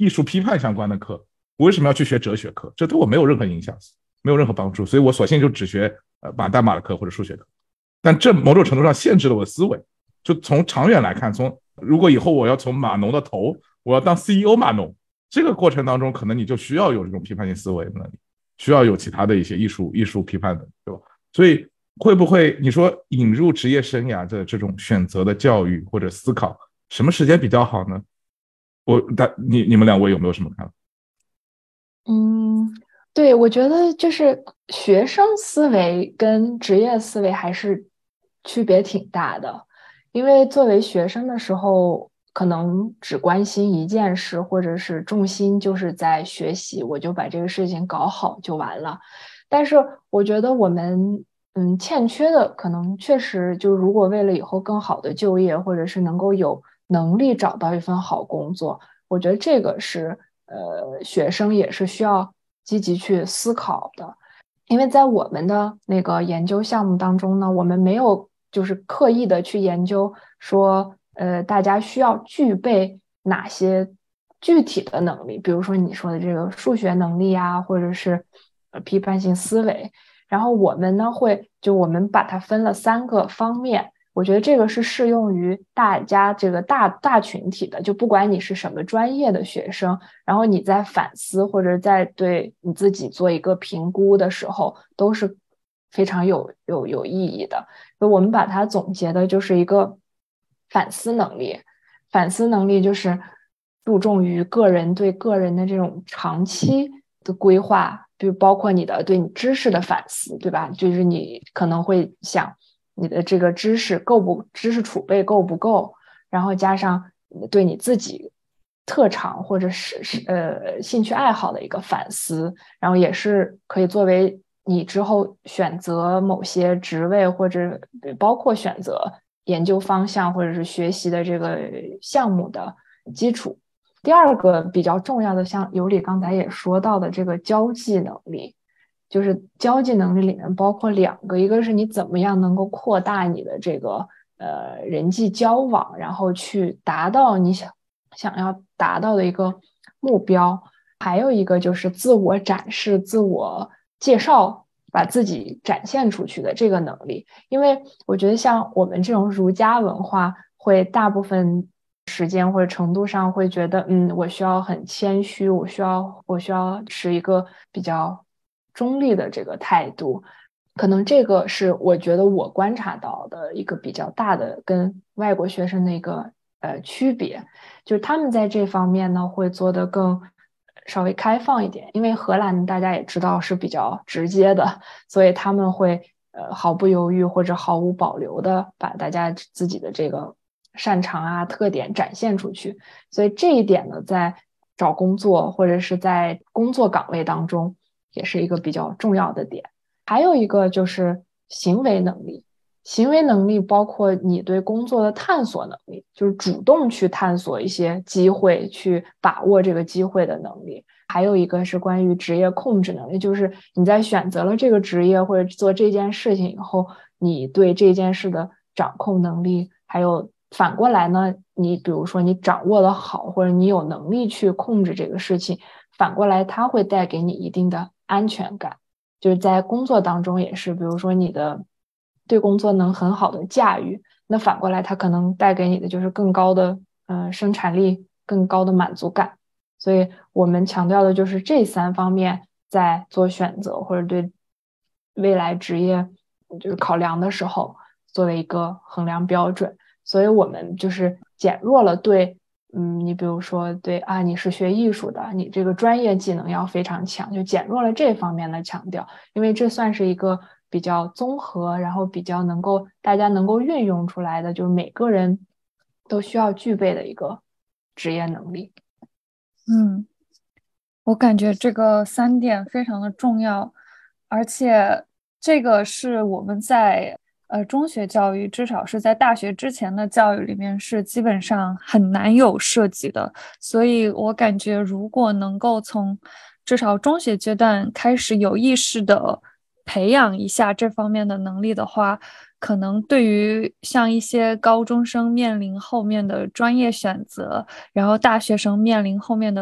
艺术批判相关的课，我为什么要去学哲学课？这对我没有任何影响，没有任何帮助，所以我索性就只学呃码代码的课或者数学课。但这某种程度上限制了我的思维。就从长远来看，从如果以后我要从码农的头，我要当 C E O 码农，这个过程当中可能你就需要有这种批判性思维的能力，需要有其他的一些艺术艺术批判的，对吧？所以会不会你说引入职业生涯的这种选择的教育或者思考，什么时间比较好呢？我你你们两位有没有什么看法？ 嗯，对，我觉得就是学生思维跟职业思维还是区别挺大的。因为作为学生的时候，可能只关心一件事，或者是重心就是在学习，我就把这个事情搞好就完了。但是我觉得我们嗯欠缺的可能确实就如果为了以后更好的就业，或者是能够有能力找到一份好工作，我觉得这个是呃学生也是需要积极去思考的。因为在我们的那个研究项目当中呢，我们没有就是刻意的去研究说，呃，大家需要具备哪些具体的能力，比如说你说的这个数学能力啊，或者是呃批判性思维。然后我们呢会就我们把它分了三个方面，我觉得这个是适用于大家这个大大群体的，就不管你是什么专业的学生，然后你在反思或者在对你自己做一个评估的时候，都是非常有有有意义的。所以我们把它总结的就是一个反思能力。反思能力就是注重于个人对个人的这种长期的规划，比如包括你的对你知识的反思，对吧？就是你可能会想你的这个知识够不知识储备够不够，然后加上对你自己特长或者是是呃兴趣爱好的一个反思，然后也是可以作为你之后选择某些职位或者包括选择研究方向或者是学习的这个项目的基础。第二个比较重要的，像尤里刚才也说到的这个交际能力，就是交际能力里面包括两个，一个是你怎么样能够扩大你的这个呃人际交往，然后去达到你想想要达到的一个目标，还有一个就是自我展示、自我介绍，把自己展现出去的这个能力。因为我觉得像我们这种儒家文化，会大部分时间或者程度上会觉得，嗯，我需要很谦虚，我需要我需要持一个比较中立的这个态度。可能这个是我觉得我观察到的一个比较大的跟外国学生的一个呃区别，就是他们在这方面呢会做得更稍微开放一点。因为荷兰大家也知道是比较直接的，所以他们会呃毫不犹豫或者毫无保留的把大家自己的这个擅长啊特点展现出去。所以这一点呢，在找工作或者是在工作岗位当中也是一个比较重要的点。还有一个就是行为能力。行为能力包括你对工作的探索能力，就是主动去探索一些机会，去把握这个机会的能力。还有一个是关于职业控制能力，就是你在选择了这个职业或者做这件事情以后，你对这件事的掌控能力，还有反过来呢，你比如说你掌握的好，或者你有能力去控制这个事情，反过来它会带给你一定的安全感。就是在工作当中也是，比如说你的对工作能很好的驾驭，那反过来它可能带给你的就是更高的呃生产力，更高的满足感。所以我们强调的就是这三方面，在做选择或者对未来职业就是考量的时候，作为一个衡量标准。所以我们就是减弱了对嗯，你比如说对啊，你是学艺术的，你这个专业技能要非常强，就减弱了这方面的强调。因为这算是一个比较综合，然后比较能够大家能够运用出来的，就是每个人都需要具备的一个职业能力。 嗯，我感觉这个三点非常的重要，而且这个是我们在呃中学教育，至少是在大学之前的教育里面是基本上很难有涉及的。所以我感觉如果能够从至少中学阶段开始有意识的培养一下这方面的能力的话，可能对于像一些高中生面临后面的专业选择，然后大学生面临后面的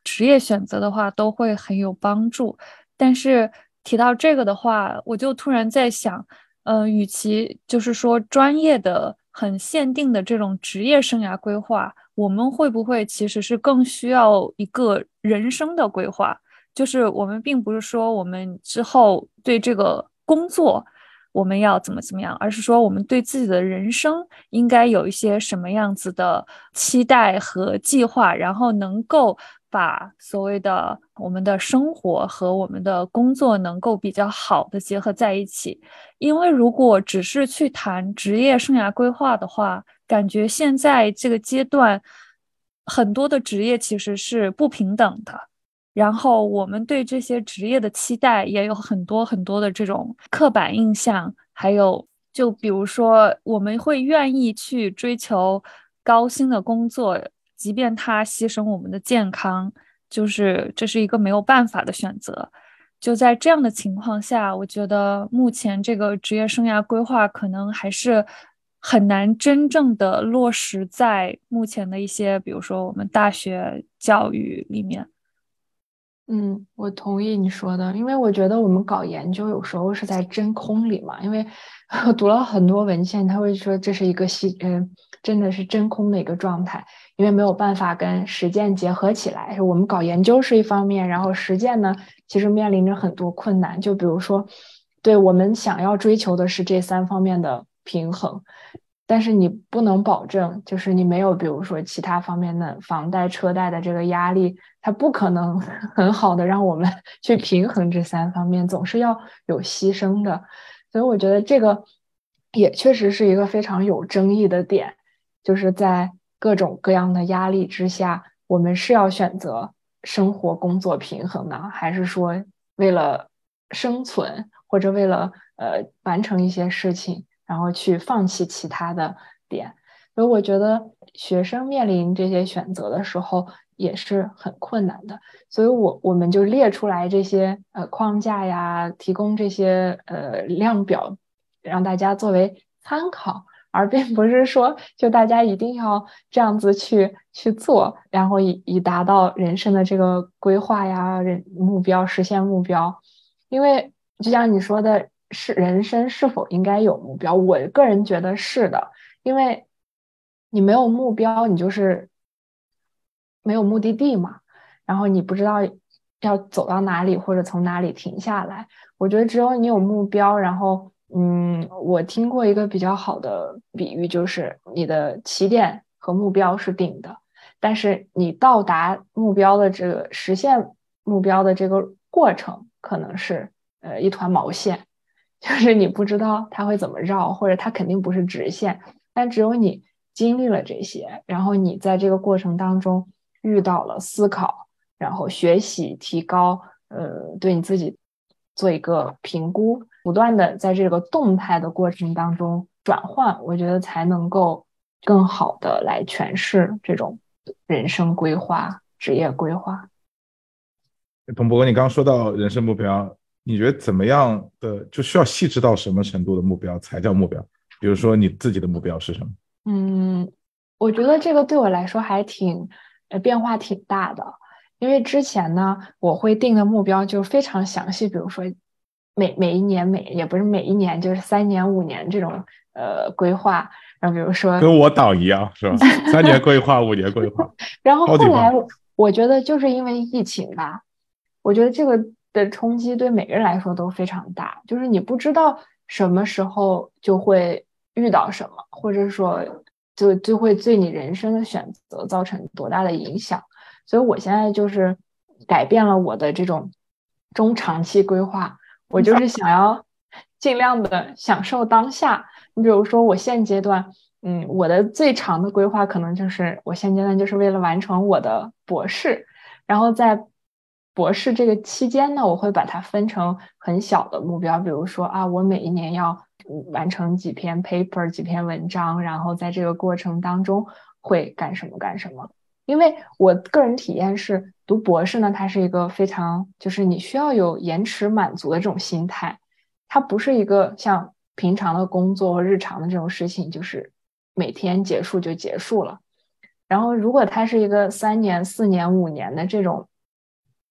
职业选择的话都会很有帮助。但是提到这个的话，我就突然在想，呃，与其就是说专业的很限定的这种职业生涯规划，我们会不会其实是更需要一个人生的规划？就是我们并不是说我们之后对这个工作我们要怎么怎么样，而是说我们对自己的人生应该有一些什么样子的期待和计划，然后能够把所谓的我们的生活和我们的工作能够比较好的结合在一起。因为如果只是去谈职业生涯规划的话，感觉现在这个阶段很多的职业其实是不平等的。然后我们对这些职业的期待也有很多很多的这种刻板印象，还有就比如说我们会愿意去追求高薪的工作，即便它牺牲我们的健康，就是这是一个没有办法的选择。就在这样的情况下，我觉得目前这个职业生涯规划可能还是很难真正的落实在目前的一些，比如说我们大学教育里面。 嗯，我同意你说的，因为我觉得我们搞研究有时候是在真空里嘛，因为我读了很多文献，他会说这是一个虚，嗯，真的是真空的一个状态，因为没有办法跟实践结合起来。我们搞研究是一方面，然后实践呢，其实面临着很多困难，就比如说，对我们想要追求的是这三方面的平衡。但是你不能保证，就是你没有比如说其他方面的房贷车贷的这个压力，它不可能很好的让我们去平衡这三方面，总是要有牺牲的。所以我觉得这个也确实是一个非常有争议的点，就是在各种各样的压力之下，我们是要选择生活工作平衡呢，还是说为了生存或者为了呃完成一些事情然后去放弃其他的点。所以我觉得学生面临这些选择的时候也是很困难的。所以我我们就列出来这些呃框架呀，提供这些呃量表，让大家作为参考，而并不是说就大家一定要这样子去去做，然后以以达到人生的这个规划呀、人目标、实现目标。因为就像你说的，是人生是否应该有目标？我个人觉得是的，因为你没有目标，你就是没有目的地嘛，然后你不知道要走到哪里或者从哪里停下来。我觉得只有你有目标，然后嗯，我听过一个比较好的比喻，就是你的起点和目标是定的，但是你到达目标的这个实现目标的这个过程，可能是呃一团毛线，就是你不知道它会怎么绕，或者它肯定不是直线。但只有你经历了这些，然后你在这个过程当中遇到了思考，然后学习提高，呃，对你自己做一个评估，不断的在这个动态的过程当中转换，我觉得才能够更好的来诠释这种人生规划、职业规划。 童博，你刚刚说到人生目标，你觉得怎么样的就需要细致到什么程度的目标才叫目标？比如说你自己的目标是什么？ 嗯，我觉得这个对我来说还挺呃变化挺大的，因为之前呢，我会定的目标就非常详细，比如说每每一年每也不是每一年，就是三年五年这种呃规划，然后比如说跟我党一样是吧？三年规划，五年规划， 然后后来超级棒。 我觉得就是因为疫情吧，我觉得这个的冲击对每个人来说都非常大，就是你不知道什么时候就会遇到什么，或者说就就会对你人生的选择造成多大的影响。所以我现在就是改变了我的这种中长期规划，我就是想要尽量的享受当下。你比如说我现阶段。嗯，我的最长的规划可能就是我现阶段就是为了完成我的博士，然后在博士这个期间呢，我会把它分成很小的目标，比如说啊，我每一年要完成几篇 paper 几篇文章，然后在这个过程当中会干什么干什么。因为我个人体验是读博士呢，它是一个非常就是你需要有延迟满足的这种心态，它不是一个像平常的工作和日常的这种事情，就是每天结束就结束了。然后如果它是一个三年、四年、五年的这种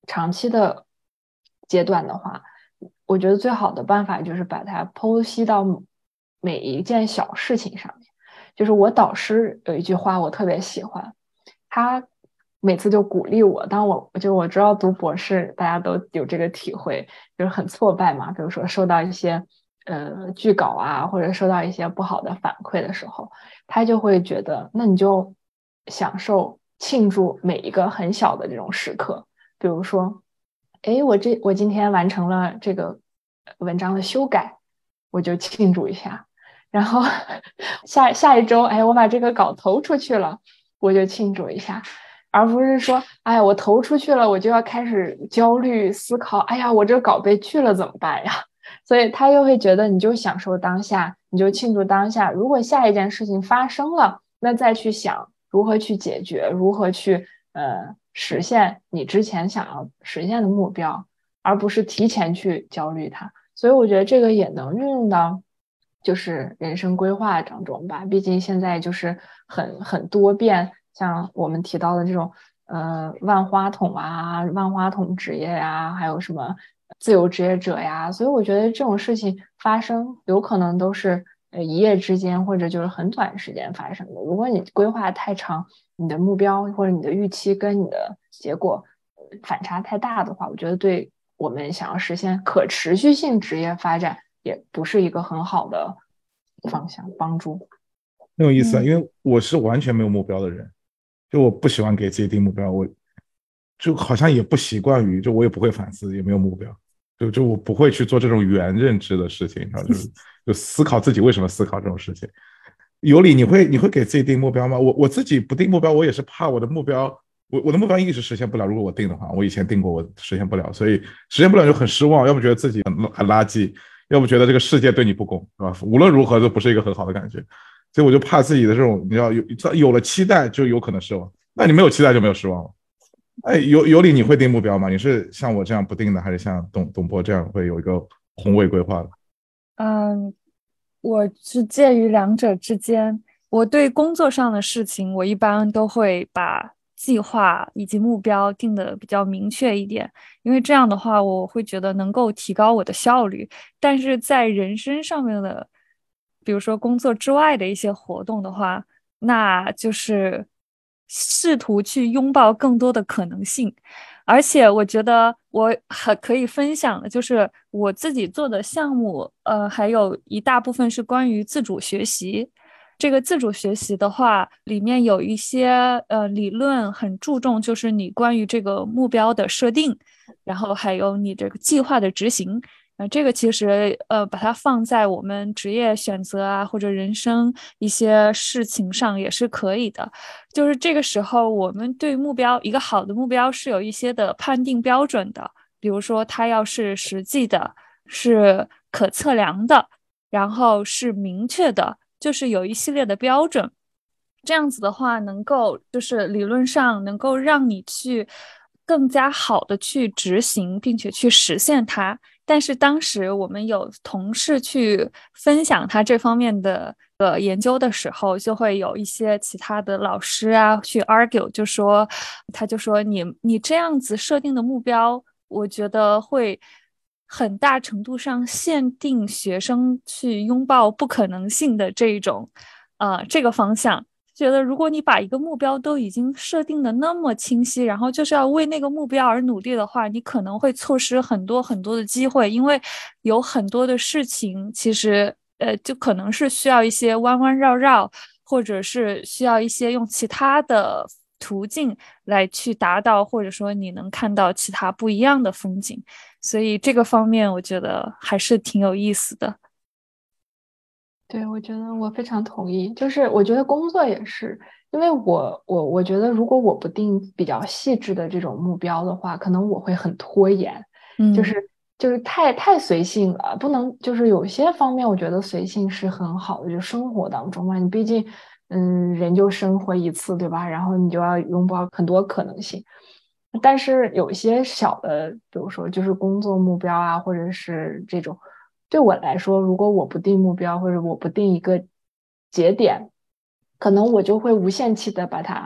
长期的阶段的话，我觉得最好的办法就是把它剖析到每一件小事情上面。就是我导师有一句话我特别喜欢，他每次就鼓励我，当我就我知道读博士大家都有这个体会，就是很挫败嘛，比如说收到一些呃拒稿啊，或者收到一些不好的反馈的时候，他就会觉得那你就享受庆祝每一个很小的这种时刻，比如说诶我这我今天完成了这个文章的修改，我就庆祝一下，然后下下一周哎我把这个稿投出去了，我就庆祝一下，而不是说哎我投出去了我就要开始焦虑思考，哎呀我这稿被拒了怎么办呀。所以他又会觉得你就享受当下，你就庆祝当下，如果下一件事情发生了，那再去想如何去解决，如何去呃实现你之前想要实现的目标，而不是提前去焦虑它。所以我觉得这个也能运用到就是人生规划当中吧，毕竟现在就是很很多变，像我们提到的这种呃万花筒啊、万花筒职业呀、还有什么自由职业者呀，所以我觉得这种事情发生有可能都是呃一夜之间或者就是很短时间发生的。如果你规划太长，你的目标或者你的预期跟你的结果反差太大的话，我觉得对我们想要实现可持续性职业发展也不是一个很好的方向帮助。 很有意思啊， 嗯因为我是完全没有目标的人，就我不喜欢给自己定目标，我就好像也不习惯于，就我也不会反思，也没有目标，就就我不会去做这种原认知的事情，然后就是就思考自己为什么思考这种事情。有理，你会你会给自己定目标吗？我我自己不定目标，我也是怕我的目标，我我的目标一直实现不了。如果我定的话，我以前定过，我实现不了，所以实现不了就很失望，要不觉得自己很很垃圾，要不觉得这个世界对你不公，是吧？无论如何都不是一个很好的感觉，所以我就怕自己的这种，你知道有有了期待就有可能失望，那你没有期待就没有失望了。哎，有有理，你会定目标吗？你是像我这样不定的，还是像董董波这样会有一个宏伟规划的？ 嗯，我是介于两者之间。我对工作上的事情，我一般都会把计划以及目标定得比较明确一点，因为这样的话，我会觉得能够提高我的效率。但是在人生上面的，比如说工作之外的一些活动的话，那就是试图去拥抱更多的可能性。而且我觉得我很可以分享的，就是我自己做的项目，呃，还有一大部分是关于自主学习。这个自主学习的话，里面有一些呃理论很注重，就是你关于这个目标的设定，然后还有你这个计划的执行。呃，这个其实呃，把它放在我们职业选择啊，或者人生一些事情上也是可以的。就是这个时候，我们对目标，一个好的目标是有一些的判定标准的，比如说它要是实际的，是可测量的，然后是明确的，就是有一系列的标准。这样子的话，能够就是理论上能够让你去更加好的去执行，并且去实现它。但是当时我们有同事去分享他这方面的呃研究的时候，就会有一些其他的老师啊去 argue，就说他就说你你这样子设定的目标，我觉得会很大程度上限定学生去拥抱不可能性的这一种呃这个方向。觉得如果你把一个目标都已经设定的那么清晰，然后就是要为那个目标而努力的话，你可能会错失很多很多的机会，因为有很多的事情其实呃就可能是需要一些弯弯绕绕，或者是需要一些用其他的途径来去达到，或者说你能看到其他不一样的风景，所以这个方面我觉得还是挺有意思的。 对，我觉得我非常同意。就是我觉得工作也是，因为我我我觉得如果我不定比较细致的这种目标的话，可能我会很拖延，就嗯是就是太太随性了，不能就是有些方面我觉得随性是很好的，就生活当中嘛，你毕竟嗯人就生活一次，对吧？然后你就要拥抱很多可能性。但是有些小的，比如说就是工作目标啊，或者是这种。对我来说，如果我不定目标，或者我不定一个节点，可能我就会无限期的把它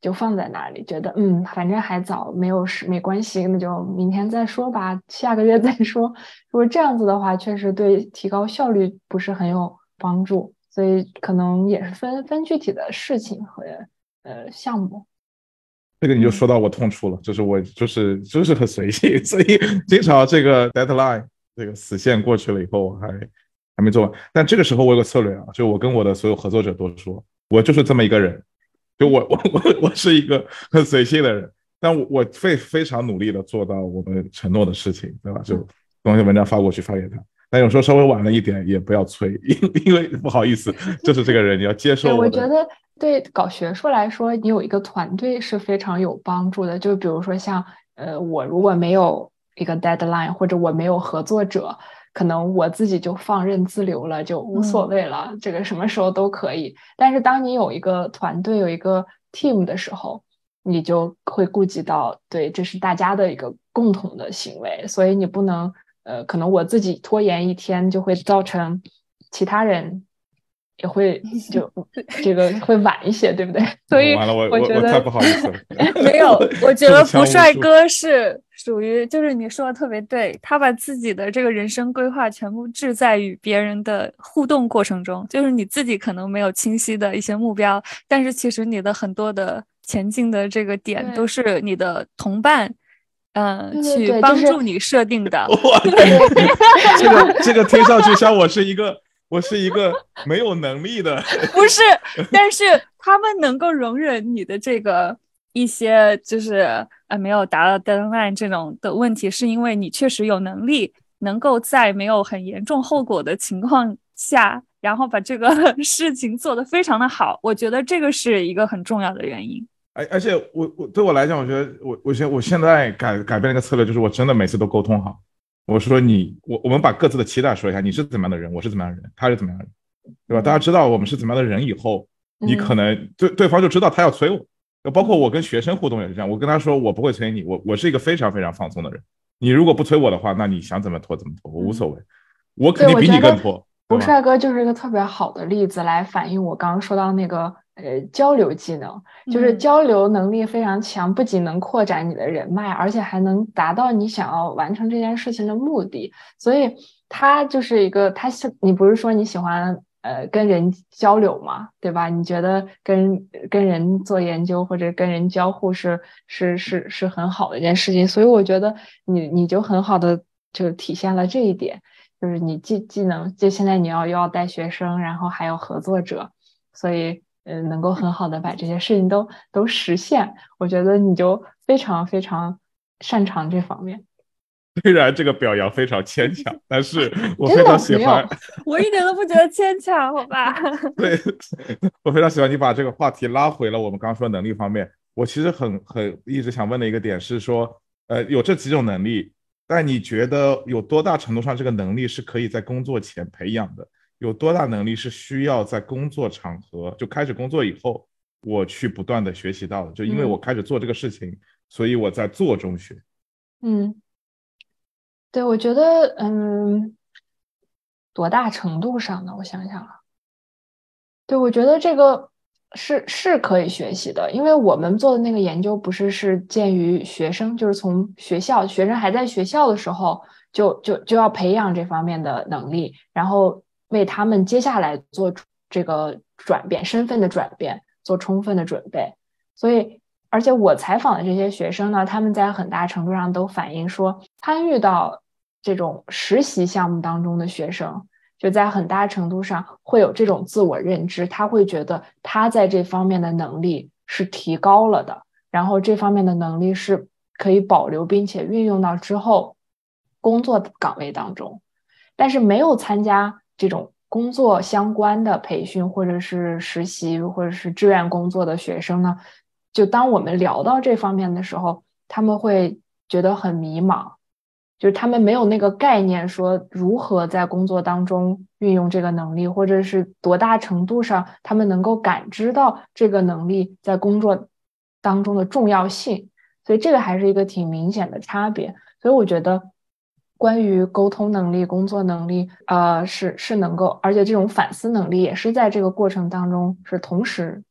就放在那里，觉得嗯，反正还早，没有事，没关系，那就明天再说吧，下个月再说。如果这样子的话，确实对提高效率不是很有帮助，所以可能也是分分具体的事情和呃项目。 这个你就说到我痛处了，就是我就是就是很随性，所以经常这个 deadline 这个死线过去了以后还还没做完。但这个时候我有个策略啊，就我跟我的所有合作者都说，我就是这么一个人，就我我我我是一个很随性的人，但我我会非常努力的做到我们承诺的事情，对吧？就东西文章发过去发给他，但有时候稍微晚了一点也不要催，因因为不好意思，就是这个人你要接受我的。 我觉得对搞学术来说，你有一个团队是非常有帮助的。就比如说像呃，我如果没有一个 deadline， 或者我没有合作者，可能我自己就放任自流了，就无所谓了，嗯、这个什么时候都可以。但是当你有一个团队，有一个 team 的时候，你就会顾及到，对，这是大家的一个共同的行为，所以你不能呃，可能我自己拖延一天，就会造成其他人也会就这个会晚一些，对不对？所以完了，我我觉得我太不好意思了。 没有，我觉得不帅哥是属于，就是你说的特别对，他把自己的这个人生规划全部置在与别人的互动过程中，就是你自己可能没有清晰的一些目标，但是其实你的很多的前进的这个点都是你的同伴。嗯、呃，去帮助你设定的。 哇，这个这个听上去像我是一个我是一个没有能力的。 不是，但是他们能够容忍你的这个一些就是呃没有达到 deadline 这种的问题，是因为你确实有能力能够在没有很严重后果的情况下，然后把这个事情做得非常的好。我觉得这个是一个很重要的原因。 而而且我我对我来讲，我觉得我我现我现在改改变了一个策略，就是我真的每次都沟通好。我说你我我们把各自的期待说一下，你是怎么样的人，我是怎么样的人，他是怎么样的人，对吧？嗯、大家知道我们是怎么样的人以后，你可能对对方就知道他要催我。包括我跟学生互动也是这样，我跟他说我不会催你，我我是一个非常非常放松的人。你如果不催我的话，那你想怎么拖怎么拖，我无所谓，我肯定比你更拖。 吴帅哥就是一个特别好的例子，来反映我刚刚说到那个呃交流技能，就是交流能力非常强，不仅能扩展你的人脉，而且还能达到你想要完成这件事情的目的。所以他就是一个，他是你不是说你喜欢呃跟人交流嘛，对吧？你觉得跟跟人做研究或者跟人交互是是是是很好的一件事情，所以我觉得你你就很好的就体现了这一点。就是你既既能就现在你要又要带学生，然后还有合作者，所以嗯、呃，能够很好的把这些事情都都实现，我觉得你就非常非常擅长这方面。 虽然这个表扬非常牵强，但是我非常喜欢。 我一点都不觉得牵强，好吧？ 对，我非常喜欢你把这个话题拉回了我们刚刚说能力方面。我其实很很一直想问的一个点是说，呃，有这几种能力。但你觉得有多大程度上这个能力是可以在工作前培养的？有多大能力是需要在工作场合就开始工作以后我去不断的学习到的？就因为我开始做这个事情，嗯、所以我在做中学。 嗯，对，我觉得嗯，多大程度上呢？我想想啊，对，我觉得这个是是可以学习的，因为我们做的那个研究不是是鉴于学生，就是从学校学生还在学校的时候就就就要培养这方面的能力，然后为他们接下来做这个转变身份的转变做充分的准备。所以而且我采访的这些学生呢，他们在很大程度上都反映说，参与到这种实习项目当中的学生就在很大程度上会有这种自我认知，他会觉得他在这方面的能力是提高了的，然后这方面的能力是可以保留并且运用到之后工作岗位当中。但是没有参加这种工作相关的培训或者是实习或者是志愿工作的学生呢，就当我们聊到这方面的时候，他们会觉得很迷茫，就是他们没有那个概念说如何在工作当中运用这个能力，或者是多大程度上他们能够感知到这个能力在工作当中的重要性。所以这个还是一个挺明显的差别。所以我觉得关于沟通能力工作能力呃，是是能够，而且这种反思能力也是在这个过程当中是同时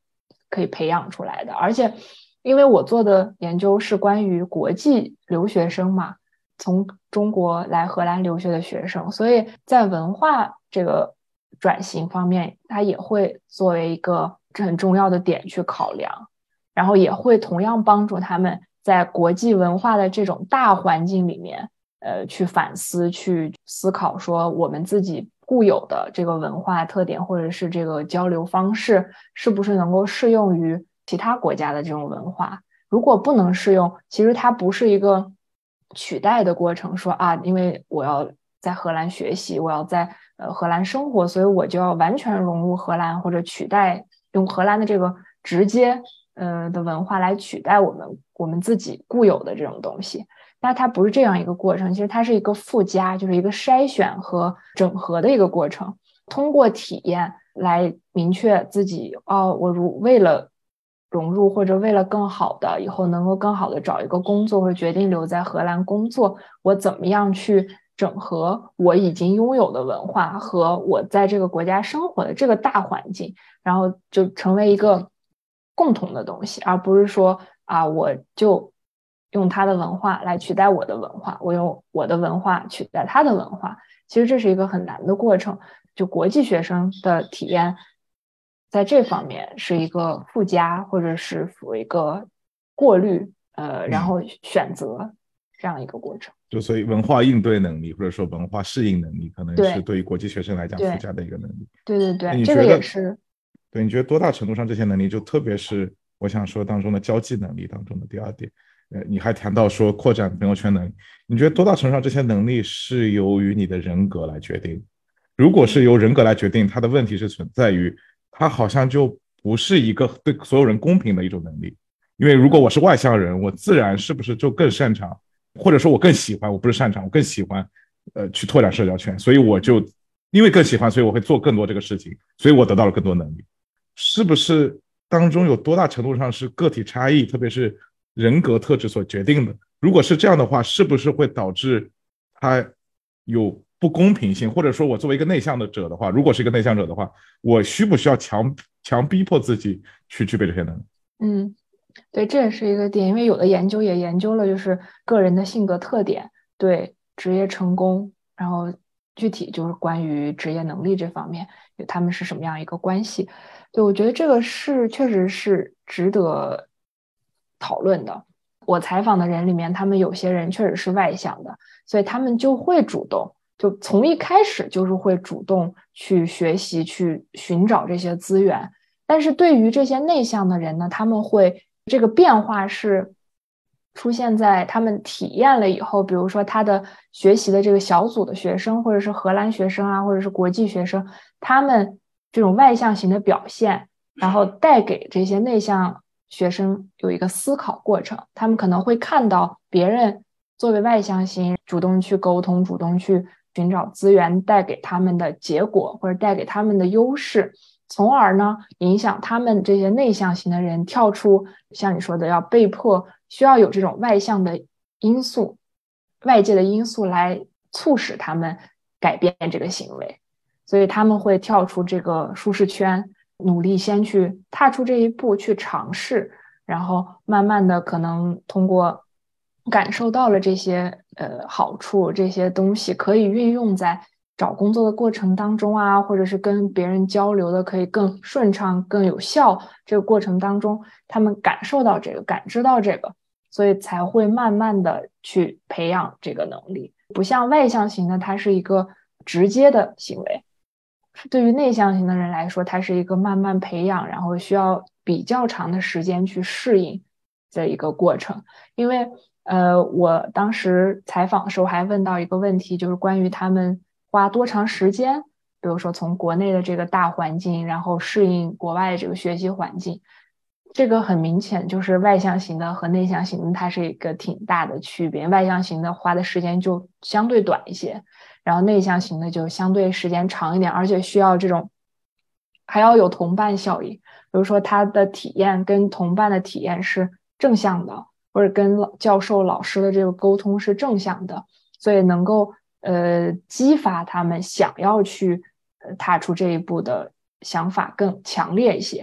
可以培养出来的。而且因为我做的研究是关于国际留学生嘛，从中国来荷兰留学的学生，所以在文化这个转型方面，它也会作为一个很重要的点去考量，然后也会同样帮助他们在国际文化的这种大环境里面，呃，去反思、去思考，说我们自己固有的这个文化特点或者是这个交流方式，是不是能够适用于其他国家的这种文化？如果不能适用，其实它不是一个取代的过程，说啊，因为我要在荷兰学习，我要在呃荷兰生活，所以我就要完全融入荷兰，或者取代用荷兰的这个直接呃的文化来取代我们我们自己固有的这种东西。那它不是这样一个过程，其实它是一个附加，就是一个筛选和整合的一个过程。通过体验来明确自己，哦，我如为了融入或者为了更好的以后能够更好的找一个工作，或者决定留在荷兰工作，我怎么样去整合我已经拥有的文化和我在这个国家生活的这个大环境，然后就成为一个共同的东西，而不是说啊，我就用他的文化来取代我的文化，我用我的文化取代他的文化。其实这是一个很难的过程，就国际学生的体验在这方面是一个附加或者是属于一个过滤，呃，然后选择这样一个过程。 就所以文化应对能力或者说文化适应能力，可能是对于国际学生来讲附加的一个能力。 对对对， 你这个也是。 对，你觉得多大程度上这些能力，就特别是我想说当中的交际能力当中的第二点，呃，你还谈到说扩展朋友圈能力，你觉得多大程度上这些能力是由于你的人格来决定？如果是由人格来决定，它的问题是存在于它好像就不是一个对所有人公平的一种能力。因为如果我是外向人，我自然是不是就更擅长，或者说我更喜欢，我不是擅长，我更喜欢呃去拓展社交圈，所以我就因为更喜欢，所以我会做更多这个事情，所以我得到了更多能力。是不是当中有多大程度上是个体差异，特别是人格特质所决定的？如果是这样的话，是不是会导致它有不公平性？或者说我作为一个内向的者的话，如果是一个内向者的话，我需不需要强强逼迫自己去具备这些能力？ 嗯，对，这也是一个点，因为有的研究也研究了，就是个人的性格特点对职业成功，然后具体就是关于职业能力这方面，他们是什么样一个关系？对，我觉得这个是确实是值得讨论的。我采访的人里面，他们有些人确实是外向的，所以他们就会主动，就从一开始就是会主动去学习，去寻找这些资源。但是对于这些内向的人呢，他们会这个变化是出现在他们体验了以后，比如说他的学习的这个小组的学生，或者是荷兰学生啊，或者是国际学生，他们这种外向型的表现，然后带给这些内向学生有一个思考过程，他们可能会看到别人作为外向型主动去沟通，主动去寻找资源带给他们的结果，或者带给他们的优势，从而呢影响他们这些内向型的人跳出像你说的要被迫需要有这种外向的因素，外界的因素来促使他们改变这个行为，所以他们会跳出这个舒适圈，努力先去踏出这一步去尝试，然后慢慢的可能通过感受到了这些呃好处，这些东西可以运用在找工作的过程当中啊，或者是跟别人交流的可以更顺畅更有效，这个过程当中他们感受到这个感知到这个，所以才会慢慢的去培养这个能力。不像外向型的它是一个直接的行为，对于内向型的人来说它是一个慢慢培养，然后需要比较长的时间去适应的一个过程。因为呃，我当时采访的时候还问到一个问题，就是关于他们花多长时间，比如说从国内的这个大环境，然后适应国外的这个学习环境，这个很明显就是外向型的和内向型的它是一个挺大的区别，外向型的花的时间就相对短一些，然后内向型的就相对时间长一点，而且需要这种还要有同伴效应，比如说他的体验跟同伴的体验是正向的，或者跟教授老师的这个沟通是正向的，所以能够呃激发他们想要去呃踏出这一步的想法更强烈一些。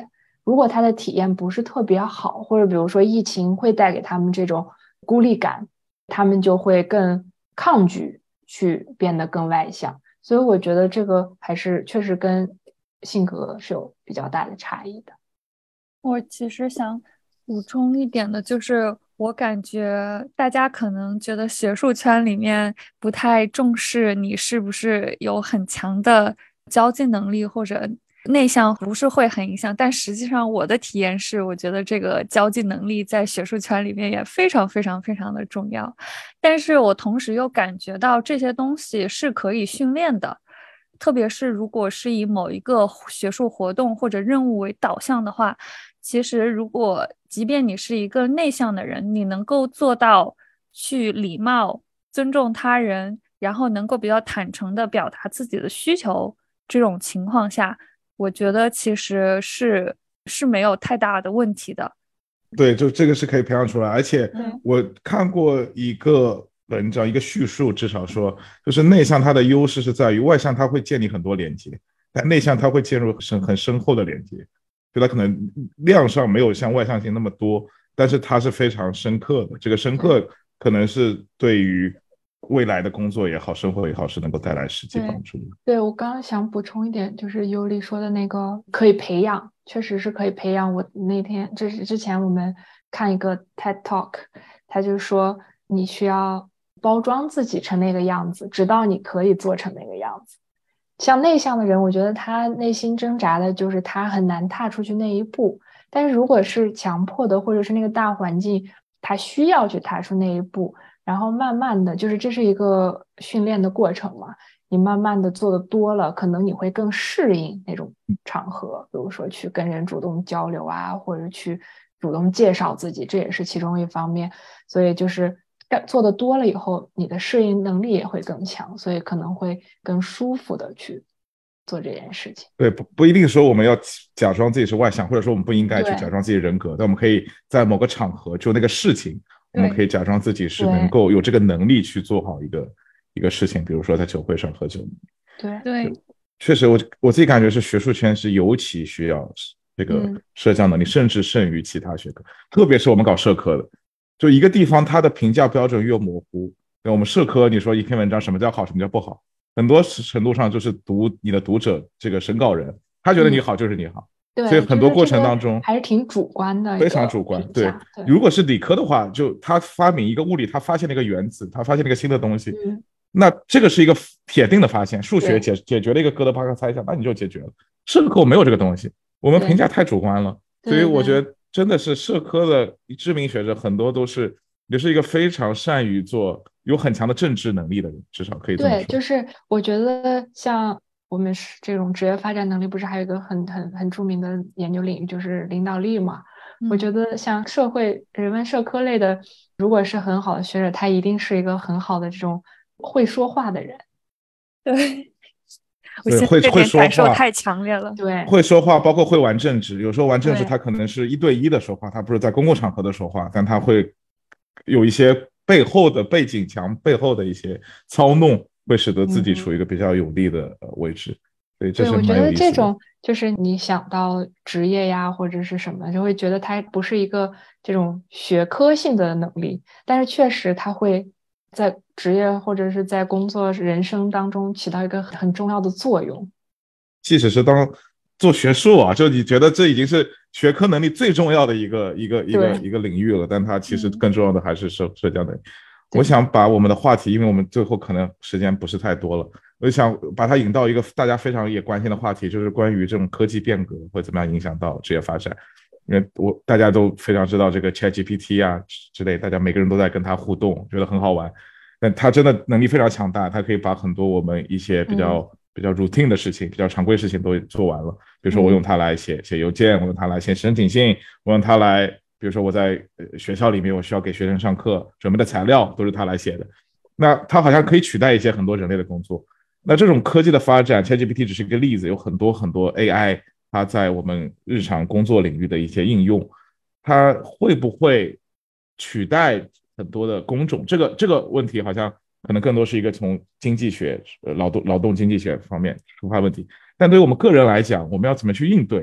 如果他的体验不是特别好，或者比如说疫情会带给他们这种孤立感，他们就会更抗拒去变得更外向。所以我觉得这个还是确实跟性格是有比较大的差异的。 我其实想补充一点的就是，我感觉大家可能觉得学术圈里面不太重视你是不是有很强的交际能力，或者内向不是会很影响，但实际上我的体验是，我觉得这个交际能力在学术圈里面也非常非常非常的重要。但是我同时又感觉到这些东西是可以训练的，特别是如果是以某一个学术活动或者任务为导向的话，其实如果即便你是一个内向的人，你能够做到去礼貌、尊重他人，然后能够比较坦诚地表达自己的需求，这种情况下，我觉得其实是是没有太大的问题的。 对，就这个是可以培养出来。而且我看过一个文章，一个叙述，至少说就是内向它的优势是在于外向它会建立很多连接，但内向它会建入深很深厚的连接，就它可能量上没有像外向型那么多，但是它是非常深刻的。这个深刻可能是对于未来的工作也好，生活也好，是能够带来实际帮助的。 对，对，我刚刚想补充一点，就是尤里说的那个可以培养，确实是可以培养。我那天这是之前我们看一个 TED Talk， 他就说你需要包装自己成那个样子，直到你可以做成那个样子。像内向的人，我觉得他内心挣扎的就是他很难踏出去那一步，但是如果是强迫的，或者是那个大环境他需要去踏出那一步，然后慢慢的，就是这是一个训练的过程嘛，你慢慢的做的多了，可能你会更适应那种场合，比如说去跟人主动交流啊，或者去主动介绍自己，这也是其中一方面。所以就是做的多了以后，你的适应能力也会更强，所以可能会更舒服的去做这件事情。 对，不不一定说我们要假装自己是外向，或者说我们不应该去假装自己人格，但我们可以在某个场合就那个事情，我们可以假装自己是能够有这个能力去做好一个一个事情，比如说在酒会上喝酒。 对对， 确实我我自己感觉是学术圈是尤其需要这个社交能力，嗯、甚至胜于其他学科，特别是我们搞社科的，就一个地方它的评价标准越模糊，我们社科你说一篇文章什么叫好，什么叫不好，很多程度上就是读你的读者这个审稿人，他觉得你好就是你好。 对， 所以很多过程当中还是挺主观的， 非常主观。对，如果是理科的话，就他发明一个物理，他发现了一个原子，他发现了一个新的东西，嗯、那这个是一个铁定的发现。数学解解决了一个哥德巴赫猜想，那你就解决了。社科没有这个东西，我们评价太主观了，所以我觉得真的是社科的知名学者很多都是也是一个非常善于做有很强的政治能力的人，至少可以这么说。 对，就是我觉得像。我们是这种职业发展能力，不是还有一个很很很著名的研究领域，就是领导力嘛？嗯、我觉得像社会人文社科类的，如果是很好的学者，他一定是一个很好的这种会说话的人。 对，我现在这点感受太强烈了。 对， 会说话，包括会玩政治。有时候玩政治，他可能是一对一的说话，他不是在公共场合的说话，但他会有一些背后的背景墙背后的一些操弄。会使得自己处于一个比较有利的位置，嗯、所以这是蛮有意思的。 对，我觉得这种就是你想到职业呀或者是什么，就会觉得它不是一个这种学科性的能力，但是确实它会在职业或者是在工作人生当中起到一个很重要的作用。 即使是当做学术啊，就你觉得这已经是学科能力最重要的一个一个一个一个领域了，但它其实更重要的还是社社交能力。我想把我们的话题，因为我们最后可能时间不是太多了，我想把它引到一个大家非常也关心的话题，就是关于这种科技变革会怎么样影响到职业发展。因为我大家都非常知道这个 ChatGPT 啊之类，大家每个人都在跟它互动，觉得很好玩。但它真的能力非常强大，它可以把很多我们一些比较、嗯、比较 routine 的事情、比较常规事情都做完了。比如说我用它来写写邮件，我用它来写申请信，我用它来。比如说我在学校里面，我需要给学生上课准备的材料都是他来写的，那他好像可以取代一些很多人类的工作。那这种科技的发展 ChatGPT 只是一个例子，有很多很多 A I 它在我们日常工作领域的一些应用，它会不会取代很多的工种？这个这个问题好像可能更多是一个从经济学、劳动劳动经济学方面出发问题。但对于我们个人来讲，我们要怎么去应对？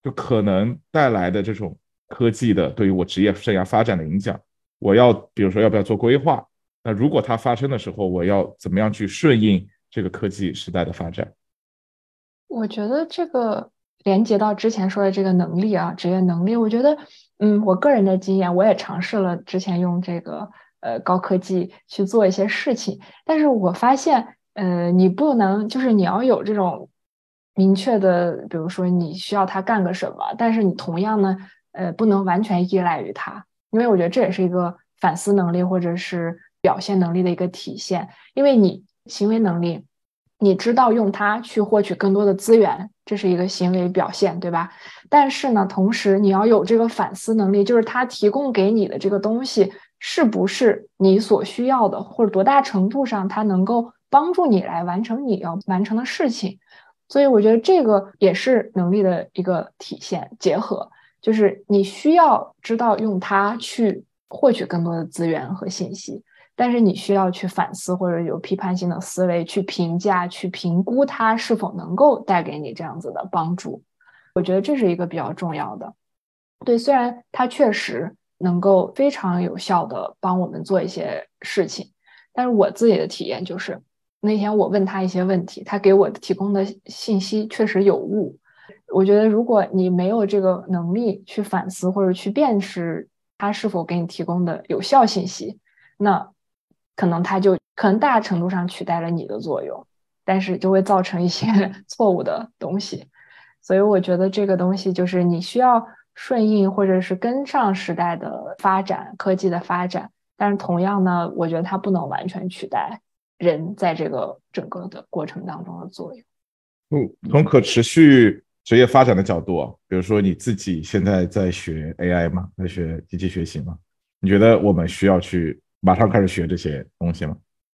就可能带来的这种科技的对于我职业生涯发展的影响，我要比如说要不要做规划？那如果它发生的时候，我要怎么样去顺应这个科技时代的发展？ 我觉得这个连接到之前说的这个能力啊，职业能力，我觉得，嗯，我个人的经验，我也尝试了之前用这个呃高科技去做一些事情，但是我发现，呃，你不能就是你要有这种明确的，比如说你需要它干个什么，但是你同样呢，呃，不能完全依赖于它，因为我觉得这也是一个反思能力或者是表现能力的一个体现，因为你行为能力。你知道用它去获取更多的资源，这是一个行为表现，对吧？但是呢，同时你要有这个反思能力，就是它提供给你的这个东西是不是你所需要的，或者多大程度上它能够帮助你来完成你要完成的事情。所以我觉得这个也是能力的一个体现，结合就是你需要知道用它去获取更多的资源和信息。但是你需要去反思或者有批判性的思维去评价、去评估它是否能够带给你这样子的帮助。我觉得这是一个比较重要的。对，虽然它确实能够非常有效的帮我们做一些事情，但是我自己的体验就是，那天我问他一些问题，他给我提供的信息确实有误。我觉得如果你没有这个能力去反思或者去辨识他是否给你提供的有效信息，那可能它就可能大程度上取代了你的作用，但是就会造成一些错误的东西。所以我觉得这个东西就是你需要顺应或者是跟上时代的发展、科技的发展，但是同样呢，我觉得它不能完全取代人在这个整个的过程当中的作用。 嗯，从可持续职业发展的角度啊，比如说你自己现在在学 A I 嘛，在学机器学习嘛，你觉得我们需要去马上开始学这些东西吗？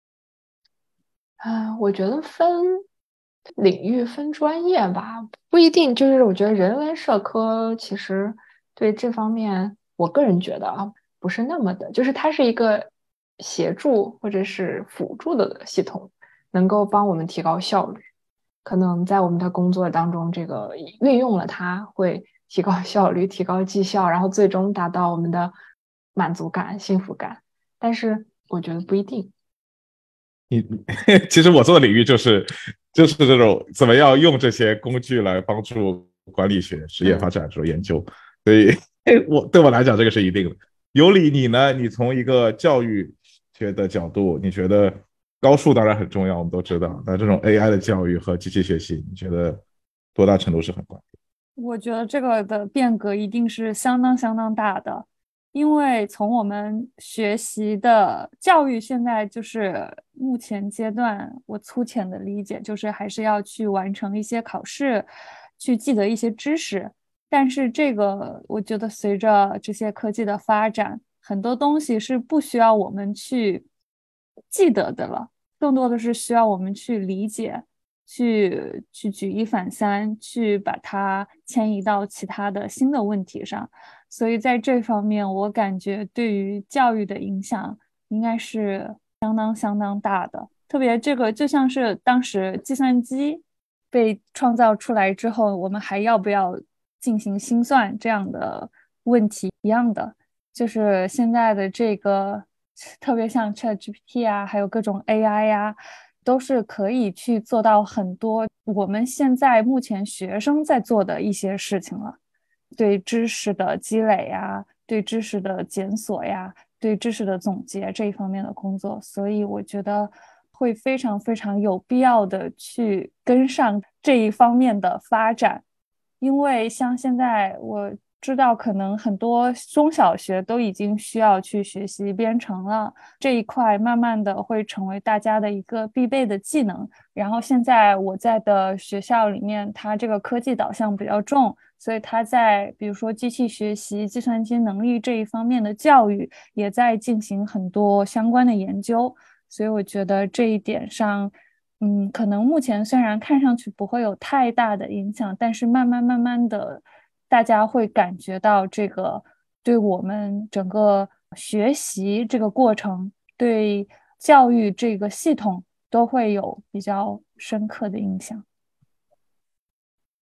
啊，我觉得分领域、分专业吧，不一定。就是我觉得人文社科其实对这方面，我个人觉得啊，不是那么的，就是它是一个协助或者是辅助的系统，能够帮我们提高效率。可能在我们的工作当中，这个运用了它，会提高效率、提高绩效，然后最终达到我们的满足感、幸福感。但是我觉得不一定。 你其实我做的领域就是就是这种怎么样用这些工具来帮助管理学、职业发展这种研究，所以我对我来讲这个是一定的。尤里，你呢？你从一个教育学的角度，你觉得高数当然很重要，我们都知道。那这种 A I 的教育和机器学习，你觉得多大程度是很关键？ 我觉得这个的变革一定是相当相当大的，因为从我们学习的教育，现在就是目前阶段，我粗浅的理解就是还是要去完成一些考试，去记得一些知识。但是这个，我觉得随着这些科技的发展，很多东西是不需要我们去记得的了，更多的是需要我们去理解。去去举一反三，去把它迁移到其他的新的问题上。所以在这方面，我感觉对于教育的影响应该是相当相当大的。特别这个就像是当时计算机被创造出来之后，我们还要不要进行心算这样的问题一样的，就是现在的这个特别像 ChatGPT 啊，还有各种 A I 呀、都是可以去做到很多我们现在目前学生在做的一些事情了。对知识的积累呀，对知识的检索呀，对知识的总结这一方面的工作，所以我觉得会非常非常有必要的去跟上这一方面的发展。因为像现在我知道，可能很多中小学都已经需要去学习编程了，这一块慢慢的会成为大家的一个必备的技能。然后现在我在的学校里面，它这个科技导向比较重，所以它在比如说机器学习、计算机能力这一方面的教育，也在进行很多相关的研究。所以我觉得这一点上，嗯，可能目前虽然看上去不会有太大的影响，但是慢慢慢慢的，大家会感觉到这个对我们整个学习这个过程，对教育这个系统都会有比较深刻的影响。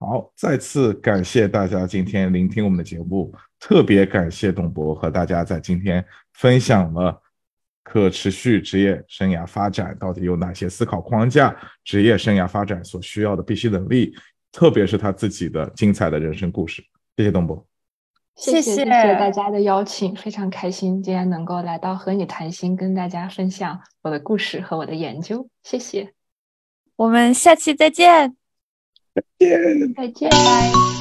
好，再次感谢大家今天聆听我们的节目，特别感谢董博和大家在今天分享了可持续职业生涯发展到底有哪些思考框架，职业生涯发展所需要的必须能力，特别是他自己的精彩的人生故事。谢谢董博。 谢谢谢谢大家的邀请，非常开心今天能够来到和你谈心，跟大家分享我的故事和我的研究。谢谢， 我们下期再见。 再见， 再见，拜拜。